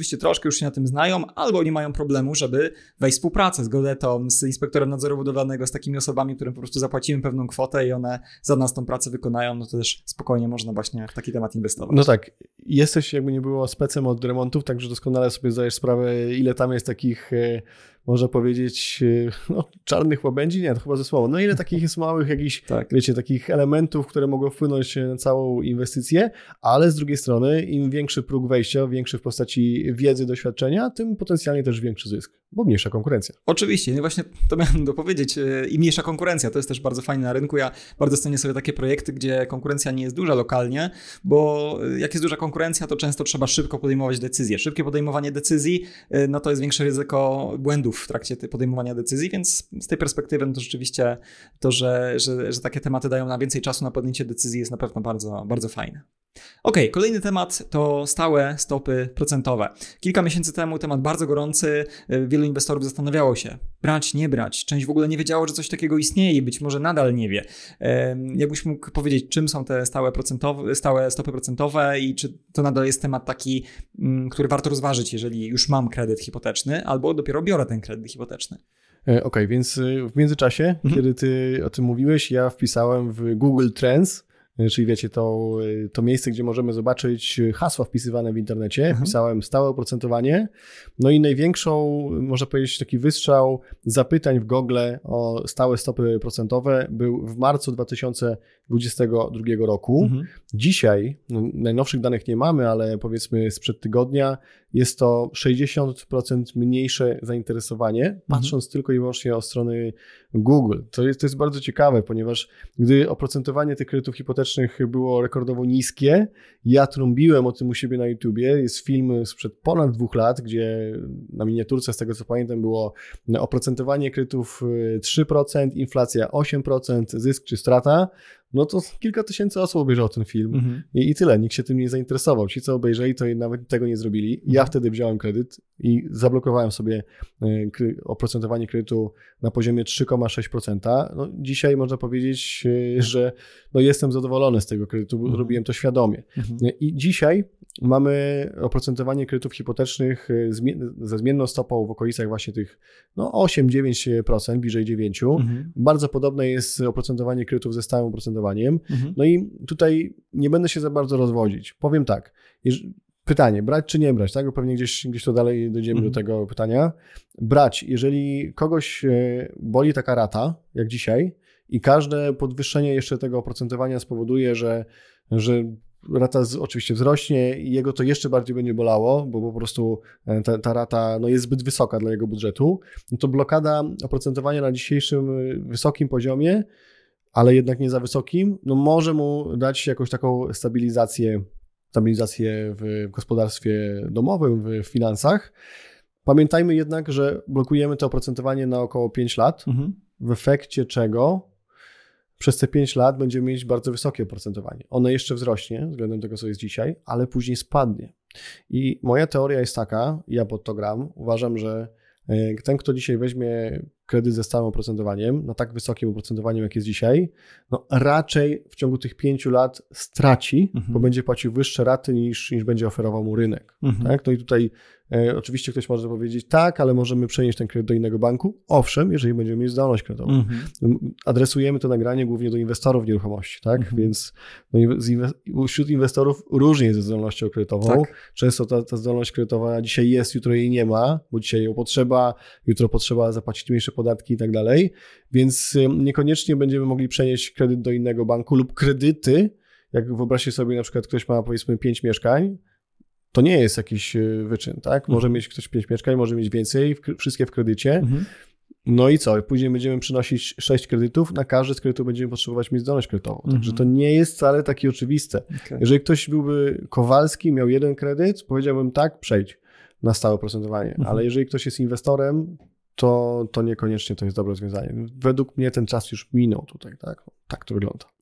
rzeczywiście troszkę już się na tym znają, albo nie mają problemu, żeby wejść w współpracę z geodetą, z inspektorem nadzoru budowlanego, z takimi osobami, którym po prostu zapłacimy pewną kwotę i one za nas tą pracę wykonają, no to też spokojnie można właśnie w taki temat inwestować. No tak, jesteś jakby nie było specem od remontów, także doskonale sobie zdajesz sprawę, ile tam jest takich, można powiedzieć, no, czarnych łabędzi, nie, to chyba ze słowo, no ile takich jest małych jakichś, tak. wiecie, takich elementów, które mogą wpłynąć na całą inwestycję, ale z drugiej strony im większy próg wejścia, większy w postaci wiedzy, doświadczenia, tym potencjalnie też większy zysk, bo mniejsza konkurencja. Oczywiście, no właśnie to miałem dopowiedzieć, i mniejsza konkurencja, to jest też bardzo fajne na rynku, ja bardzo cenię sobie takie projekty, gdzie konkurencja nie jest duża lokalnie, bo jak jest duża konkurencja, to często trzeba szybko podejmować decyzje. Szybkie podejmowanie decyzji, no to jest większe ryzyko błędów w trakcie podejmowania decyzji, więc z tej perspektywy no to rzeczywiście to, że, że, że takie tematy dają nam więcej czasu na podjęcie decyzji jest na pewno bardzo, bardzo fajne. Ok, kolejny temat to stałe stopy procentowe. Kilka miesięcy temu temat bardzo gorący, wielu inwestorów zastanawiało się, brać, nie brać. Część w ogóle nie wiedziało, że coś takiego istnieje i być może nadal nie wie. Jakbyś mógł powiedzieć, czym są te stałe, procentowe, stałe stopy procentowe i czy to nadal jest temat taki, który warto rozważyć, jeżeli już mam kredyt hipoteczny albo dopiero biorę ten kredyt hipoteczny? Okej, okay, więc w międzyczasie, mhm. kiedy ty o tym mówiłeś, ja wpisałem w Google Trends, czyli wiecie, to, to miejsce, gdzie możemy zobaczyć hasła wpisywane w internecie. Mhm. Wpisałem stałe oprocentowanie. No i największą, można powiedzieć, taki wystrzał zapytań w Google o stałe stopy procentowe był w marcu dwa tysiące dwudziestego drugiego roku. Mhm. Dzisiaj, no, najnowszych danych nie mamy, ale powiedzmy sprzed tygodnia, jest to sześćdziesiąt procent mniejsze zainteresowanie, mhm. patrząc tylko i wyłącznie o strony Google. To jest, to jest bardzo ciekawe, ponieważ gdy oprocentowanie tych kredytów hipotecznych było rekordowo niskie, ja trąbiłem o tym u siebie na YouTubie. Jest film sprzed ponad dwóch lat, gdzie na miniaturce, z tego co pamiętam, było oprocentowanie kredytów trzy procent, inflacja osiem procent, zysk czy strata. No to kilka tysięcy osób obejrzało ten film mhm. I, i tyle, nikt się tym nie zainteresował. Ci, co obejrzeli, to nawet tego nie zrobili. Mhm. Ja wtedy wziąłem kredyt i zablokowałem sobie kry, oprocentowanie kredytu na poziomie trzy przecinek sześć procent. No, dzisiaj można powiedzieć, że no, jestem zadowolony z tego kredytu, bo mhm. robiłem to świadomie. Mhm. I dzisiaj mamy oprocentowanie kredytów hipotecznych ze zmienną stopą w okolicach właśnie tych no, osiem do dziewięciu procent, bliżej dziewięć procent. Mhm. Bardzo podobne jest oprocentowanie kredytów ze stałym oprocentowaniem. Mhm. No i tutaj nie będę się za bardzo rozwodzić. Powiem tak, pytanie, brać czy nie brać, tak? Bo pewnie gdzieś, gdzieś to dalej dojdziemy mhm. do tego pytania. Brać, jeżeli kogoś boli taka rata, jak dzisiaj, i każde podwyższenie jeszcze tego oprocentowania spowoduje, że, że rata z, oczywiście wzrośnie i jego to jeszcze bardziej będzie bolało, bo po prostu ta, ta rata no, jest zbyt wysoka dla jego budżetu, no to blokada oprocentowania na dzisiejszym wysokim poziomie, ale jednak nie za wysokim, no może mu dać jakąś taką stabilizację, stabilizację w gospodarstwie domowym, w finansach. Pamiętajmy jednak, że blokujemy to oprocentowanie na około pięć lat, mhm. w efekcie czego przez te pięć lat będziemy mieć bardzo wysokie oprocentowanie. Ono jeszcze wzrośnie względem tego, co jest dzisiaj, ale później spadnie. I moja teoria jest taka, ja pod to gram, uważam, że ten, kto dzisiaj weźmie kredyt ze stałym oprocentowaniem, na tak wysokim oprocentowaniu, jak jest dzisiaj, no raczej w ciągu tych pięciu lat straci, mhm. bo będzie płacił wyższe raty niż, niż będzie oferował mu rynek. Mhm. Tak? No i tutaj e, oczywiście ktoś może powiedzieć, tak, ale możemy przenieść ten kredyt do innego banku. Owszem, jeżeli będziemy mieć zdolność kredytową. Mhm. Adresujemy to nagranie głównie do inwestorów w nieruchomości, tak? Mhm. Więc no, inwe- wśród inwestorów różnie jest ze zdolnością kredytową. Tak. Często ta, ta zdolność kredytowa dzisiaj jest, jutro jej nie ma, bo dzisiaj ją potrzeba, jutro potrzeba zapłacić mniejsze podatki i tak dalej, więc niekoniecznie będziemy mogli przenieść kredyt do innego banku lub kredyty, jak wyobraźcie sobie, na przykład ktoś ma powiedzmy pięć mieszkań, to nie jest jakiś wyczyn, tak? Może mhm. mieć ktoś pięć mieszkań, może mieć więcej, wszystkie w kredycie. Mhm. No i co? Później będziemy przynosić sześć kredytów, na każdy z kredytów będziemy potrzebować mieć zdolność kredytową. Mhm. Także to nie jest wcale takie oczywiste. Okay. Jeżeli ktoś byłby Kowalski, miał jeden kredyt, powiedziałbym tak, przejdź na stałe oprocentowanie. Mhm. Ale jeżeli ktoś jest inwestorem, to, to niekoniecznie to jest dobre rozwiązanie. Według mnie ten czas już minął tutaj, tak? Tak to wygląda.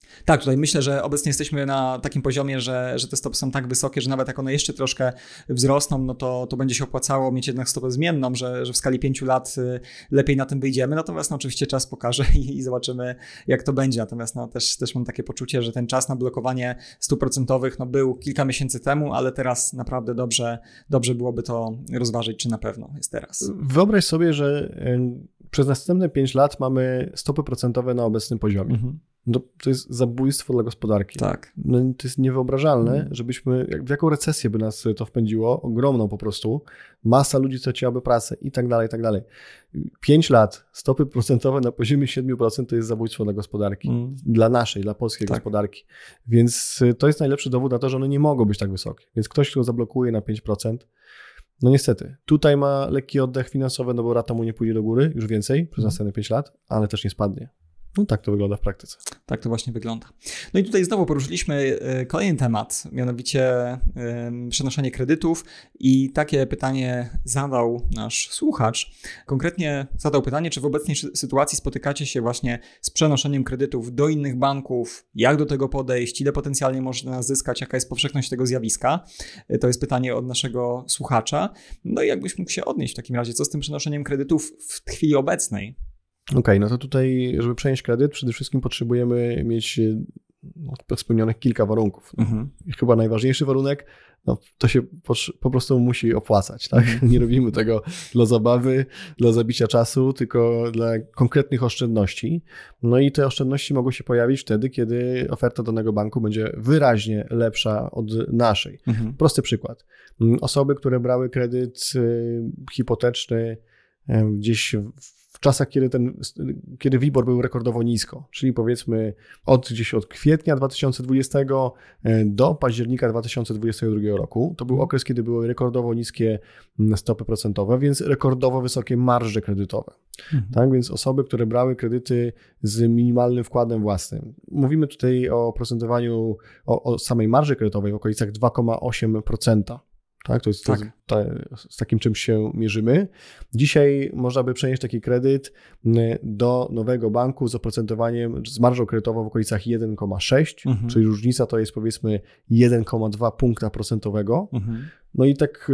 Tak, tutaj myślę, że obecnie jesteśmy na takim poziomie, że, że te stopy są tak wysokie, że nawet jak one jeszcze troszkę wzrosną, no to, to będzie się opłacało mieć jednak stopę zmienną, że, że w skali pięciu lat lepiej na tym wyjdziemy. Natomiast no, oczywiście czas pokaże i, i zobaczymy, jak to będzie. Natomiast no, też, też mam takie poczucie, że ten czas na blokowanie stóp procentowych no, był kilka miesięcy temu, ale teraz naprawdę dobrze, dobrze byłoby to rozważyć, czy na pewno jest teraz. Wyobraź sobie, że przez następne pięć lat mamy stopy procentowe na obecnym poziomie. Mhm. No, to jest zabójstwo dla gospodarki. Tak. No, to jest niewyobrażalne, mm. żebyśmy, jak, w jaką recesję by nas to wpędziło, ogromną po prostu, masa ludzi straciłaby pracę i tak dalej, i tak dalej. Pięć lat, stopy procentowe na poziomie siedem procent to jest zabójstwo dla gospodarki, mm. dla naszej, dla polskiej tak. gospodarki. Więc to jest najlepszy dowód na to, że one nie mogą być tak wysokie. Więc ktoś, kto zablokuje na pięć procent, no niestety, tutaj ma lekki oddech finansowy, no bo rata mu nie pójdzie do góry, już więcej, przez następne pięć lat, ale też nie spadnie. No tak to wygląda w praktyce. Tak to właśnie wygląda. No i tutaj znowu poruszyliśmy kolejny temat, mianowicie przenoszenie kredytów i takie pytanie zadał nasz słuchacz. Konkretnie zadał pytanie, czy w obecnej sytuacji spotykacie się właśnie z przenoszeniem kredytów do innych banków, jak do tego podejść, ile potencjalnie można zyskać, jaka jest powszechność tego zjawiska. To jest pytanie od naszego słuchacza. No i jakbyś mógł się odnieść w takim razie, co z tym przenoszeniem kredytów w chwili obecnej? Okej, okay, no to tutaj, żeby przenieść kredyt, przede wszystkim potrzebujemy mieć no, spełnionych kilka warunków. No. Mhm. I chyba najważniejszy warunek, no, to się po, po prostu musi opłacać. Tak? Mhm. Nie robimy tego dla zabawy, dla zabicia czasu, tylko dla konkretnych oszczędności. No i te oszczędności mogą się pojawić wtedy, kiedy oferta danego banku będzie wyraźnie lepsza od naszej. Mhm. Prosty przykład. Osoby, które brały kredyt hipoteczny gdzieś w w czasach, kiedy ten, kiedy WIBOR był rekordowo nisko, czyli powiedzmy od gdzieś od kwietnia dwa tysiące dwudziestego do października dwa tysiące dwudziestego drugiego roku. To był okres, kiedy były rekordowo niskie stopy procentowe, więc rekordowo wysokie marże kredytowe. Mhm. Tak, więc osoby, które brały kredyty z minimalnym wkładem własnym. Mówimy tutaj o procentowaniu, o, o samej marży kredytowej w okolicach dwa przecinek osiem procent. Tak, to jest, tak. To jest ta, z takim czymś się mierzymy. Dzisiaj można by przenieść taki kredyt do nowego banku z oprocentowaniem, z marżą kredytową w okolicach jeden przecinek sześć, mhm. czyli różnica to jest powiedzmy jeden przecinek dwa punkta procentowego. Mhm. No i tak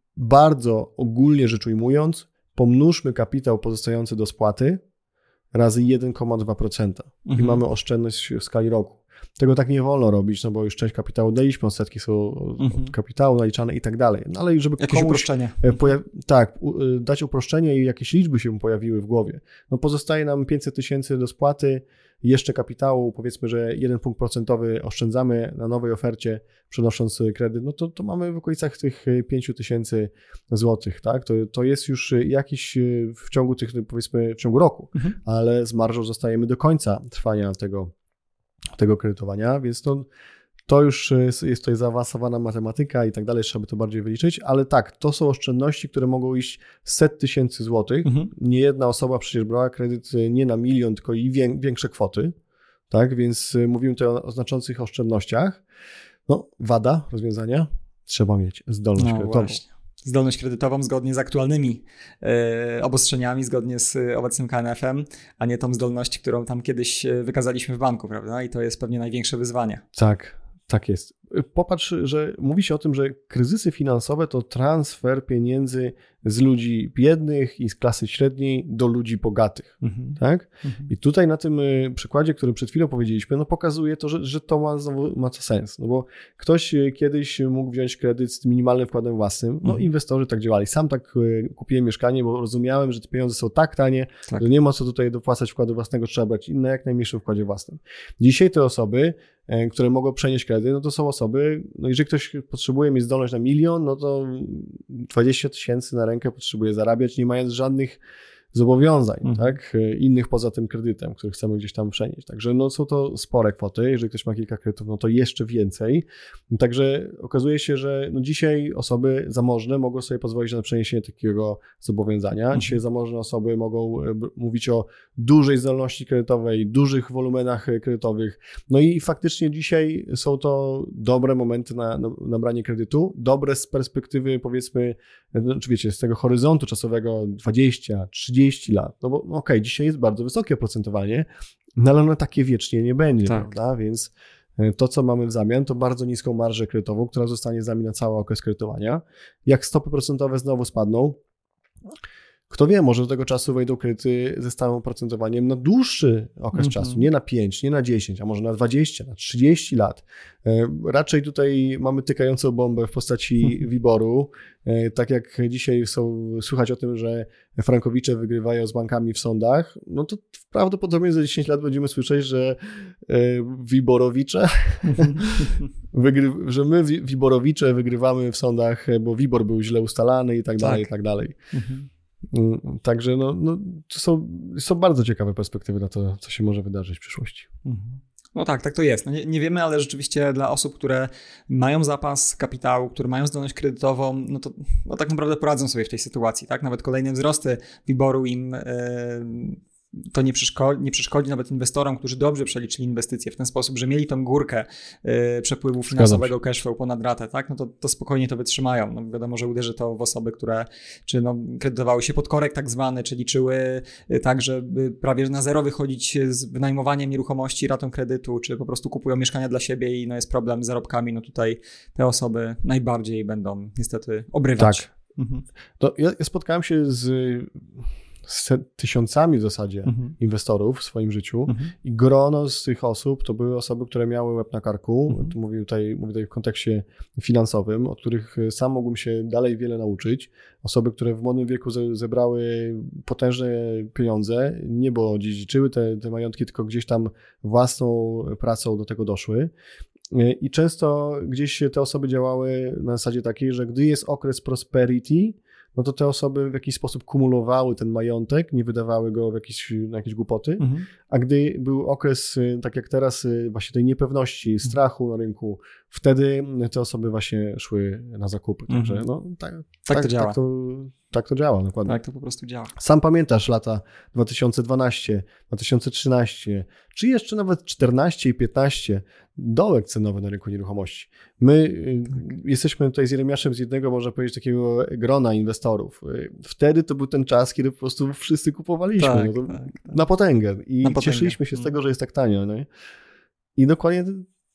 bardzo ogólnie rzecz ujmując, pomnóżmy kapitał pozostający do spłaty razy jeden przecinek dwa procent mhm. i mamy oszczędność w skali roku. Tego tak nie wolno robić, no bo już część kapitału daliśmy, odsetki są mhm. od kapitału naliczane i tak dalej. No ale żeby jakieś komuś uproszczenie. Pojawi- tak, dać uproszczenie i jakieś liczby się pojawiły w głowie. No pozostaje nam pięćset tysięcy do spłaty, jeszcze kapitału, powiedzmy, że jeden punkt procentowy oszczędzamy na nowej ofercie, przenosząc kredyt, no to, to mamy w okolicach tych pięć tysięcy złotych, tak? To, to jest już jakiś w ciągu tych, powiedzmy, w ciągu roku, mhm. ale z marżą zostajemy do końca trwania tego tego kredytowania, więc to, to już jest to zaawansowana matematyka i tak dalej, trzeba by to bardziej wyliczyć, ale tak, to są oszczędności, które mogą iść set tysięcy złotych. Mhm. Nie jedna osoba przecież brała kredyt nie na milion, tylko i wię, większe kwoty, tak, więc mówimy tutaj o, o znaczących oszczędnościach. No, wada rozwiązania, trzeba mieć zdolność no, kredytową. Właśnie. Zdolność kredytową zgodnie z aktualnymi e, obostrzeniami, zgodnie z obecnym K N F em, a nie tą zdolność, którą tam kiedyś wykazaliśmy w banku, prawda? I to jest pewnie największe wyzwanie. Tak, tak jest. Popatrz, że mówi się o tym, że kryzysy finansowe to transfer pieniędzy z ludzi biednych i z klasy średniej do ludzi bogatych. Mhm. Tak? Mhm. I tutaj na tym przykładzie, który przed chwilą powiedzieliśmy, no pokazuje to, że, że to ma, znowu, ma to sens. No bo ktoś kiedyś mógł wziąć kredyt z minimalnym wkładem własnym. No mhm. inwestorzy tak działali. Sam tak kupiłem mieszkanie, bo rozumiałem, że te pieniądze są tak tanie, tak. że nie ma co tutaj dopłacać wkładu własnego, trzeba brać inne jak najmniejszym wkładzie własnym. Dzisiaj te osoby, które mogą przenieść kredyt, no to są osoby, no jeżeli ktoś potrzebuje mieć zdolność na milion, no to dwadzieścia tysięcy na rękę potrzebuje zarabiać, nie mając żadnych zobowiązań, mhm. tak, innych poza tym kredytem, który chcemy gdzieś tam przenieść. Także no, są to spore kwoty, jeżeli ktoś ma kilka kredytów, no to jeszcze więcej. Także okazuje się, że no dzisiaj osoby zamożne mogą sobie pozwolić na przeniesienie takiego zobowiązania. Mhm. Dzisiaj zamożne osoby mogą mówić o dużej zdolności kredytowej, dużych wolumenach kredytowych. No i faktycznie dzisiaj są to dobre momenty na, na, na branie kredytu, dobre z perspektywy powiedzmy znaczy wiecie, z tego horyzontu czasowego dwadzieścia trzydzieści lat, no bo no okej, okay, dzisiaj jest bardzo wysokie oprocentowanie, no ale ono takie wiecznie nie będzie, tak. Prawda? Więc to, co mamy w zamian, to bardzo niską marżę kredytową, która zostanie z nami na cały okres kredytowania. Jak stopy procentowe znowu spadną, kto wie, może do tego czasu wejdą kredyty ze stałym oprocentowaniem na dłuższy okres mm-hmm. czasu, nie na pięć, nie na dziesięć, a może na dwadzieścia, na trzydzieści lat. Raczej tutaj mamy tykającą bombę w postaci mm-hmm. WIBOR-u. Tak jak dzisiaj są, słychać o tym, że frankowicze wygrywają z bankami w sądach, no to prawdopodobnie za dziesięć lat będziemy słyszeć, że WIBORowicze, wygry, że my WIBORowicze wygrywamy w sądach, bo WIBOR był źle ustalany i tak dalej, tak. i tak dalej. Mm-hmm. Także no, no, to są, są bardzo ciekawe perspektywy na to, co się może wydarzyć w przyszłości. No tak, tak to jest. No nie, nie wiemy, ale rzeczywiście dla osób, które mają zapas kapitału, które mają zdolność kredytową, no to no tak naprawdę poradzą sobie w tej sytuacji. Tak? Nawet kolejne wzrosty WIBOR-u im yy, to nie przeszkodzi, nie przeszkodzi nawet inwestorom, którzy dobrze przeliczyli inwestycje w ten sposób, że mieli tą górkę y, przepływu finansowego cashflow ponad ratę, tak? No to, to spokojnie to wytrzymają. No wiadomo, że uderzy to w osoby, które czy no, kredytowały się pod korek tak zwany, czy liczyły y, tak, żeby prawie na zero wychodzić z wynajmowaniem nieruchomości ratą kredytu, czy po prostu kupują mieszkania dla siebie i no, jest problem z zarobkami, no tutaj te osoby najbardziej będą niestety obrywać. Tak. Mhm. To ja, ja spotkałem się z z tysiącami w zasadzie mhm. inwestorów w swoim życiu mhm. i grono z tych osób to były osoby, które miały łeb na karku, mhm. tu mówię tutaj, mówię tutaj w kontekście finansowym, od których sam mógłbym się dalej wiele nauczyć. Osoby, które w młodym wieku ze, zebrały potężne pieniądze, nie bo dziedziczyły te, te majątki, tylko gdzieś tam własną pracą do tego doszły. I często gdzieś te osoby działały na zasadzie takiej, że gdy jest okres prosperity, no to te osoby w jakiś sposób kumulowały ten majątek, nie wydawały go w jakieś, na jakieś głupoty, mhm. a gdy był okres, tak jak teraz, właśnie tej niepewności, strachu na rynku, wtedy te osoby właśnie szły na zakupy. Także mhm. no, tak, tak, tak to działa. Tak to, tak to działa, dokładnie. Tak to po prostu działa. Sam pamiętasz lata dwa tysiące dwanaście, dwa tysiące trzynaście, czy jeszcze nawet czternaście i piętnaście, dołek cenowy na rynku nieruchomości. My tak. jesteśmy tutaj z Jeremiaszem z jednego, można powiedzieć, takiego grona inwestorów. Wtedy to był ten czas, kiedy po prostu wszyscy kupowaliśmy tak, no to tak, tak. na potęgę i na potęgę. cieszyliśmy się z tego, że jest tak tanio. No? I dokładnie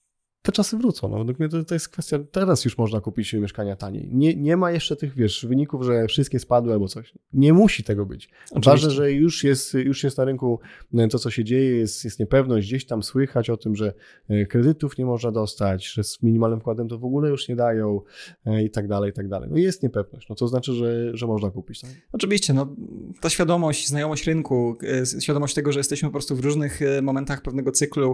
te czasy wrócą. No, według mnie to, to jest kwestia, teraz już można kupić mieszkania taniej. Nie, nie ma jeszcze tych, wiesz, wyników, że wszystkie spadły albo coś. Nie musi tego być. Oczywiście. Ważne, że już jest, już jest na rynku to, co się dzieje, jest, jest niepewność, gdzieś tam słychać o tym, że kredytów nie można dostać, że z minimalnym wkładem to w ogóle już nie dają i tak dalej, i tak dalej. No jest niepewność, no to znaczy, że, że można kupić. Tak? Oczywiście, no ta świadomość, znajomość rynku, świadomość tego, że jesteśmy po prostu w różnych momentach pewnego cyklu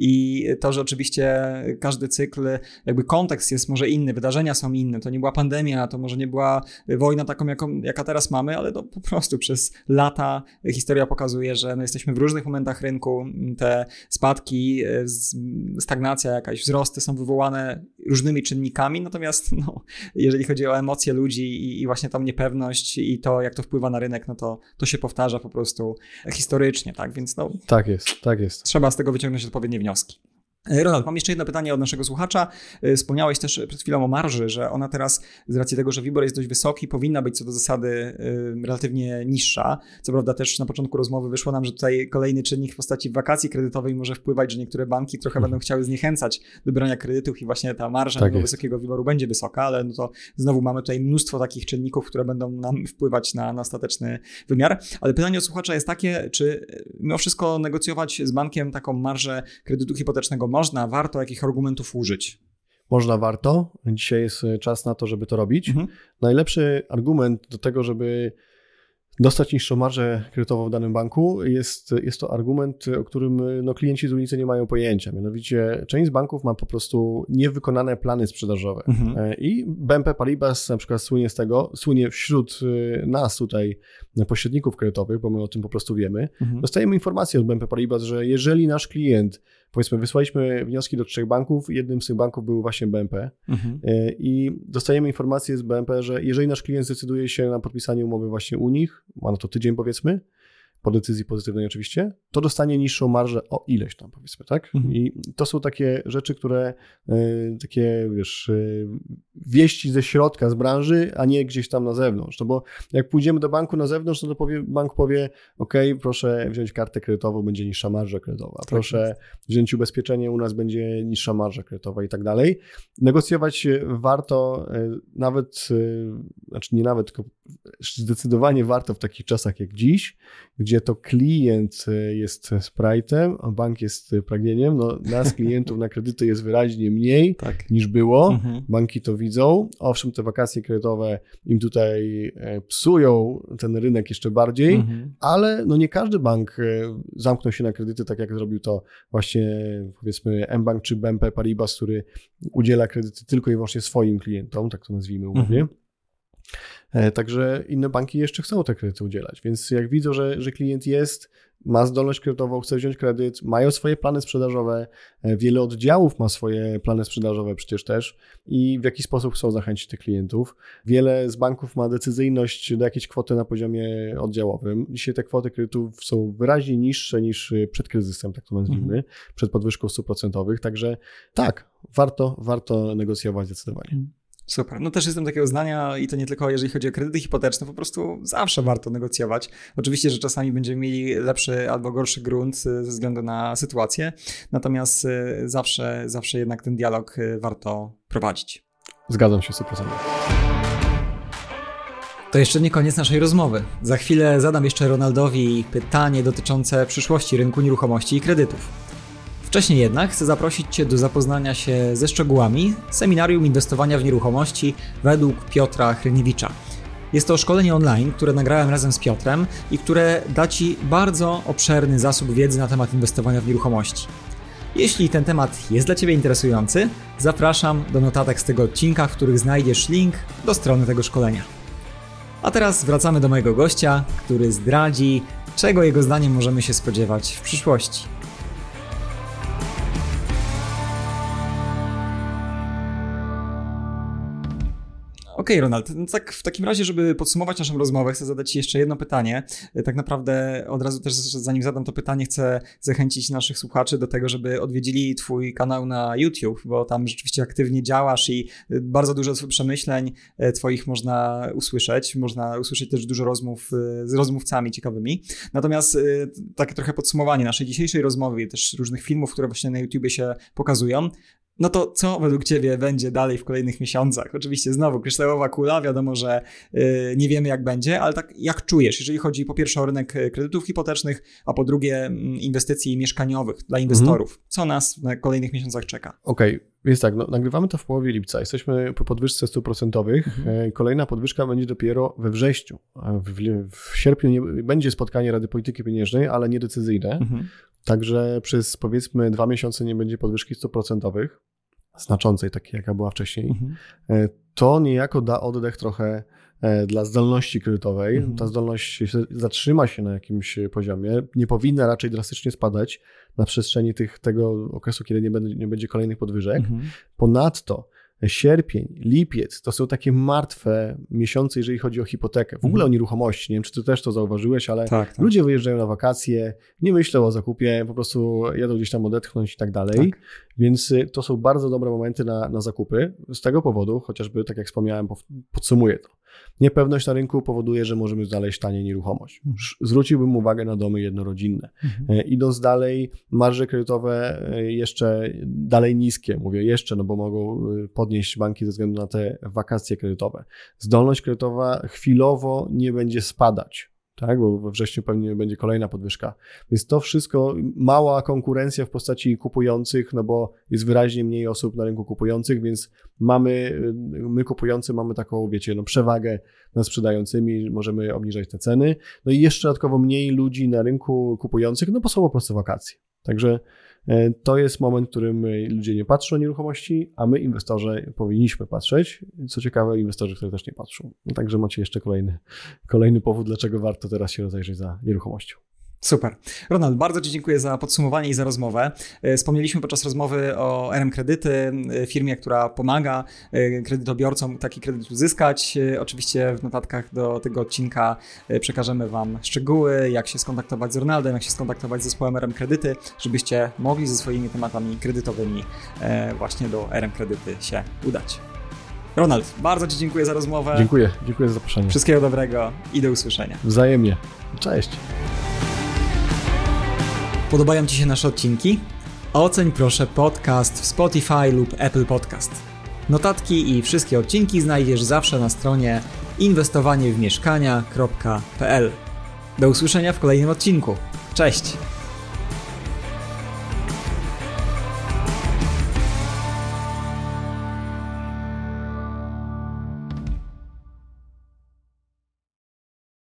i to, że oczywiście każdy cykl, jakby kontekst jest może inny, wydarzenia są inne, to nie była pandemia, to może nie była wojna taką, jaką, jaka teraz mamy, ale to po prostu przez lata historia pokazuje, że my jesteśmy w różnych momentach rynku, te spadki, stagnacja jakaś, wzrosty są wywołane różnymi czynnikami, natomiast no, jeżeli chodzi o emocje ludzi i, i właśnie tą niepewność i to, jak to wpływa na rynek, no to, to się powtarza po prostu historycznie, tak, więc no... Tak jest, tak jest. Trzeba z tego wyciągnąć odpowiednie wnioski. Ronald, mam jeszcze jedno pytanie od naszego słuchacza. Wspomniałeś też przed chwilą o marży, że ona teraz z racji tego, że WIBOR jest dość wysoki, powinna być co do zasady relatywnie niższa. Co prawda też na początku rozmowy wyszło nam, że tutaj kolejny czynnik w postaci wakacji kredytowej może wpływać, że niektóre banki trochę będą chciały zniechęcać do brania kredytów i właśnie ta marża tak tego wysokiego WIBOR-u będzie wysoka, ale no to znowu mamy tutaj mnóstwo takich czynników, które będą nam wpływać na, na ostateczny wymiar. Ale pytanie od słuchacza jest takie, czy mimo wszystko negocjować z bankiem taką marżę kredytu hipotecznego można, warto, jakich argumentów użyć? Można, warto. Dzisiaj jest czas na to, żeby to robić. Mhm. Najlepszy argument do tego, żeby dostać niższą marżę kredytową w danym banku jest, jest to argument, o którym no, klienci z ulicy nie mają pojęcia. Mianowicie część z banków ma po prostu niewykonane plany sprzedażowe. Mhm. I B N P Paribas na przykład słynie z tego, słynie wśród nas tutaj pośredników kredytowych, bo my o tym po prostu wiemy. Mhm. Dostajemy informację od B N P Paribas, że jeżeli nasz klient, powiedzmy, wysłaliśmy wnioski do trzech banków, jednym z tych banków był właśnie B N P mhm. i dostajemy informację z B N P, że jeżeli nasz klient zdecyduje się na podpisanie umowy właśnie u nich, ma na to tydzień powiedzmy, po decyzji pozytywnej oczywiście, to dostanie niższą marżę o ileś tam, powiedzmy, tak? Mhm. I to są takie rzeczy, które y, takie, wiesz, y, wieści ze środka, z branży, a nie gdzieś tam na zewnątrz. No bo jak pójdziemy do banku na zewnątrz, no to powie, bank powie, ok, proszę wziąć kartę kredytową, będzie niższa marża kredytowa. Tak, proszę wziąć ubezpieczenie, u nas będzie niższa marża kredytowa i tak dalej. Negocjować warto y, nawet, y, znaczy nie nawet, tylko zdecydowanie warto w takich czasach jak dziś, gdzie to klient jest sprite'em, a bank jest pragnieniem. No, nas klientów na kredyty jest wyraźnie mniej tak. niż było. Mhm. Banki to widzą. Owszem, te wakacje kredytowe im tutaj psują ten rynek jeszcze bardziej, mhm. ale no nie każdy bank zamknął się na kredyty, tak jak zrobił to właśnie powiedzmy mBank czy B N P Paribas, który udziela kredyty tylko i wyłącznie swoim klientom, tak to nazwijmy umownie. Mhm. Także inne banki jeszcze chcą te kredyty udzielać, więc jak widzą, że, że klient jest, ma zdolność kredytową, chce wziąć kredyt, mają swoje plany sprzedażowe, wiele oddziałów ma swoje plany sprzedażowe przecież też i w jaki sposób chcą zachęcić tych klientów. Wiele z banków ma decyzyjność do jakiejś kwoty na poziomie oddziałowym. Dzisiaj te kwoty kredytów są wyraźnie niższe niż przed kryzysem, tak to nazwijmy, mhm. przed podwyżką stóp procentowych, także tak, warto, warto negocjować zdecydowanie. Super. No też jestem takiego zdania i to nie tylko jeżeli chodzi o kredyty hipoteczne, po prostu zawsze warto negocjować. Oczywiście, że czasami będziemy mieli lepszy albo gorszy grunt ze względu na sytuację, natomiast zawsze, zawsze jednak ten dialog warto prowadzić. Zgadzam się w stu procentach. To jeszcze nie koniec naszej rozmowy. Za chwilę zadam jeszcze Ronaldowi pytanie dotyczące przyszłości rynku nieruchomości i kredytów. Wcześniej jednak chcę zaprosić Cię do zapoznania się ze szczegółami seminarium inwestowania w nieruchomości według Piotra Hryniewicza. Jest to szkolenie online, które nagrałem razem z Piotrem i które da Ci bardzo obszerny zasób wiedzy na temat inwestowania w nieruchomości. Jeśli ten temat jest dla Ciebie interesujący, zapraszam do notatek z tego odcinka, w których znajdziesz link do strony tego szkolenia. A teraz wracamy do mojego gościa, który zdradzi, czego jego zdaniem możemy się spodziewać w przyszłości. Okej, okay, Ronald, no tak w takim razie, żeby podsumować naszą rozmowę, chcę zadać Ci jeszcze jedno pytanie. Tak naprawdę od razu też, zanim zadam to pytanie, chcę zachęcić naszych słuchaczy do tego, żeby odwiedzili Twój kanał na YouTube, bo tam rzeczywiście aktywnie działasz i bardzo dużo przemyśleń Twoich można usłyszeć. Można usłyszeć też dużo rozmów z rozmówcami ciekawymi. Natomiast takie trochę podsumowanie naszej dzisiejszej rozmowy i też różnych filmów, które właśnie na YouTubie się pokazują. No to co według Ciebie będzie dalej w kolejnych miesiącach? Oczywiście znowu kryształowa kula, wiadomo, że yy, nie wiemy jak będzie, ale tak jak czujesz, jeżeli chodzi po pierwsze o rynek kredytów hipotecznych, a po drugie inwestycji mieszkaniowych dla inwestorów. Mhm. Co nas w kolejnych miesiącach czeka? Okej, okay. Jest tak, no, nagrywamy to w połowie lipca, jesteśmy po podwyżce stóp procentowych, mhm. Kolejna podwyżka będzie dopiero we wrześniu. W, w sierpniu nie, będzie spotkanie Rady Polityki Pieniężnej, ale niedecyzyjne. Mhm. Także przez powiedzmy dwa miesiące nie będzie podwyżki stóp procentowych, znaczącej takiej jaka była wcześniej. Mhm. To niejako da oddech trochę dla zdolności kredytowej. Mhm. Ta zdolność zatrzyma się na jakimś poziomie, nie powinna raczej drastycznie spadać na przestrzeni tych, tego okresu, kiedy nie będzie, nie będzie kolejnych podwyżek. Mhm. Ponadto sierpień, lipiec to są takie martwe miesiące, jeżeli chodzi o hipotekę. W ogóle mhm. o nieruchomości. Nie wiem, czy ty też to zauważyłeś, ale tak, tak. ludzie wyjeżdżają na wakacje, nie myślą o zakupie, po prostu jadą gdzieś tam odetchnąć i tak dalej. Tak. Więc to są bardzo dobre momenty na, na zakupy. Z tego powodu, chociażby, tak jak wspomniałem, podsumuję to. Niepewność na rynku powoduje, że możemy znaleźć taniej nieruchomość. Mhm. Zwróciłbym uwagę na domy jednorodzinne. Mhm. Idąc dalej, marże kredytowe jeszcze dalej niskie. Mówię jeszcze, no bo mogą podnieść banki ze względu na te wakacje kredytowe. Zdolność kredytowa chwilowo nie będzie spadać. Tak, bo we wrześniu pewnie będzie kolejna podwyżka. Więc to wszystko, mała konkurencja w postaci kupujących, no bo jest wyraźnie mniej osób na rynku kupujących, więc mamy, my kupujący mamy taką, wiecie, no przewagę nad sprzedającymi, możemy obniżać te ceny. No i jeszcze dodatkowo mniej ludzi na rynku kupujących, no bo są po prostu wakacje. Także to jest moment, w którym ludzie nie patrzą na nieruchomości, a my, inwestorzy, powinniśmy patrzeć. Co ciekawe, inwestorzy, którzy też nie patrzą. No także macie jeszcze kolejny, kolejny powód, dlaczego warto teraz się rozejrzeć za nieruchomością. Super. Ronald, bardzo Ci dziękuję za podsumowanie i za rozmowę. Wspomnieliśmy podczas rozmowy o R M Kredyty, firmie, która pomaga kredytobiorcom taki kredyt uzyskać. Oczywiście w notatkach do tego odcinka przekażemy Wam szczegóły, jak się skontaktować z Ronaldem, jak się skontaktować z zespołem R M Kredyty, żebyście mogli ze swoimi tematami kredytowymi właśnie do R M Kredyty się udać. Ronald, bardzo Ci dziękuję za rozmowę. Dziękuję, dziękuję za zaproszenie. Wszystkiego dobrego i do usłyszenia. Wzajemnie. Cześć. Podobają Ci się nasze odcinki? Oceń proszę podcast w Spotify lub Apple Podcast. Notatki i wszystkie odcinki znajdziesz zawsze na stronie inwestowanie w mieszkania kropka p l. Do usłyszenia w kolejnym odcinku. Cześć!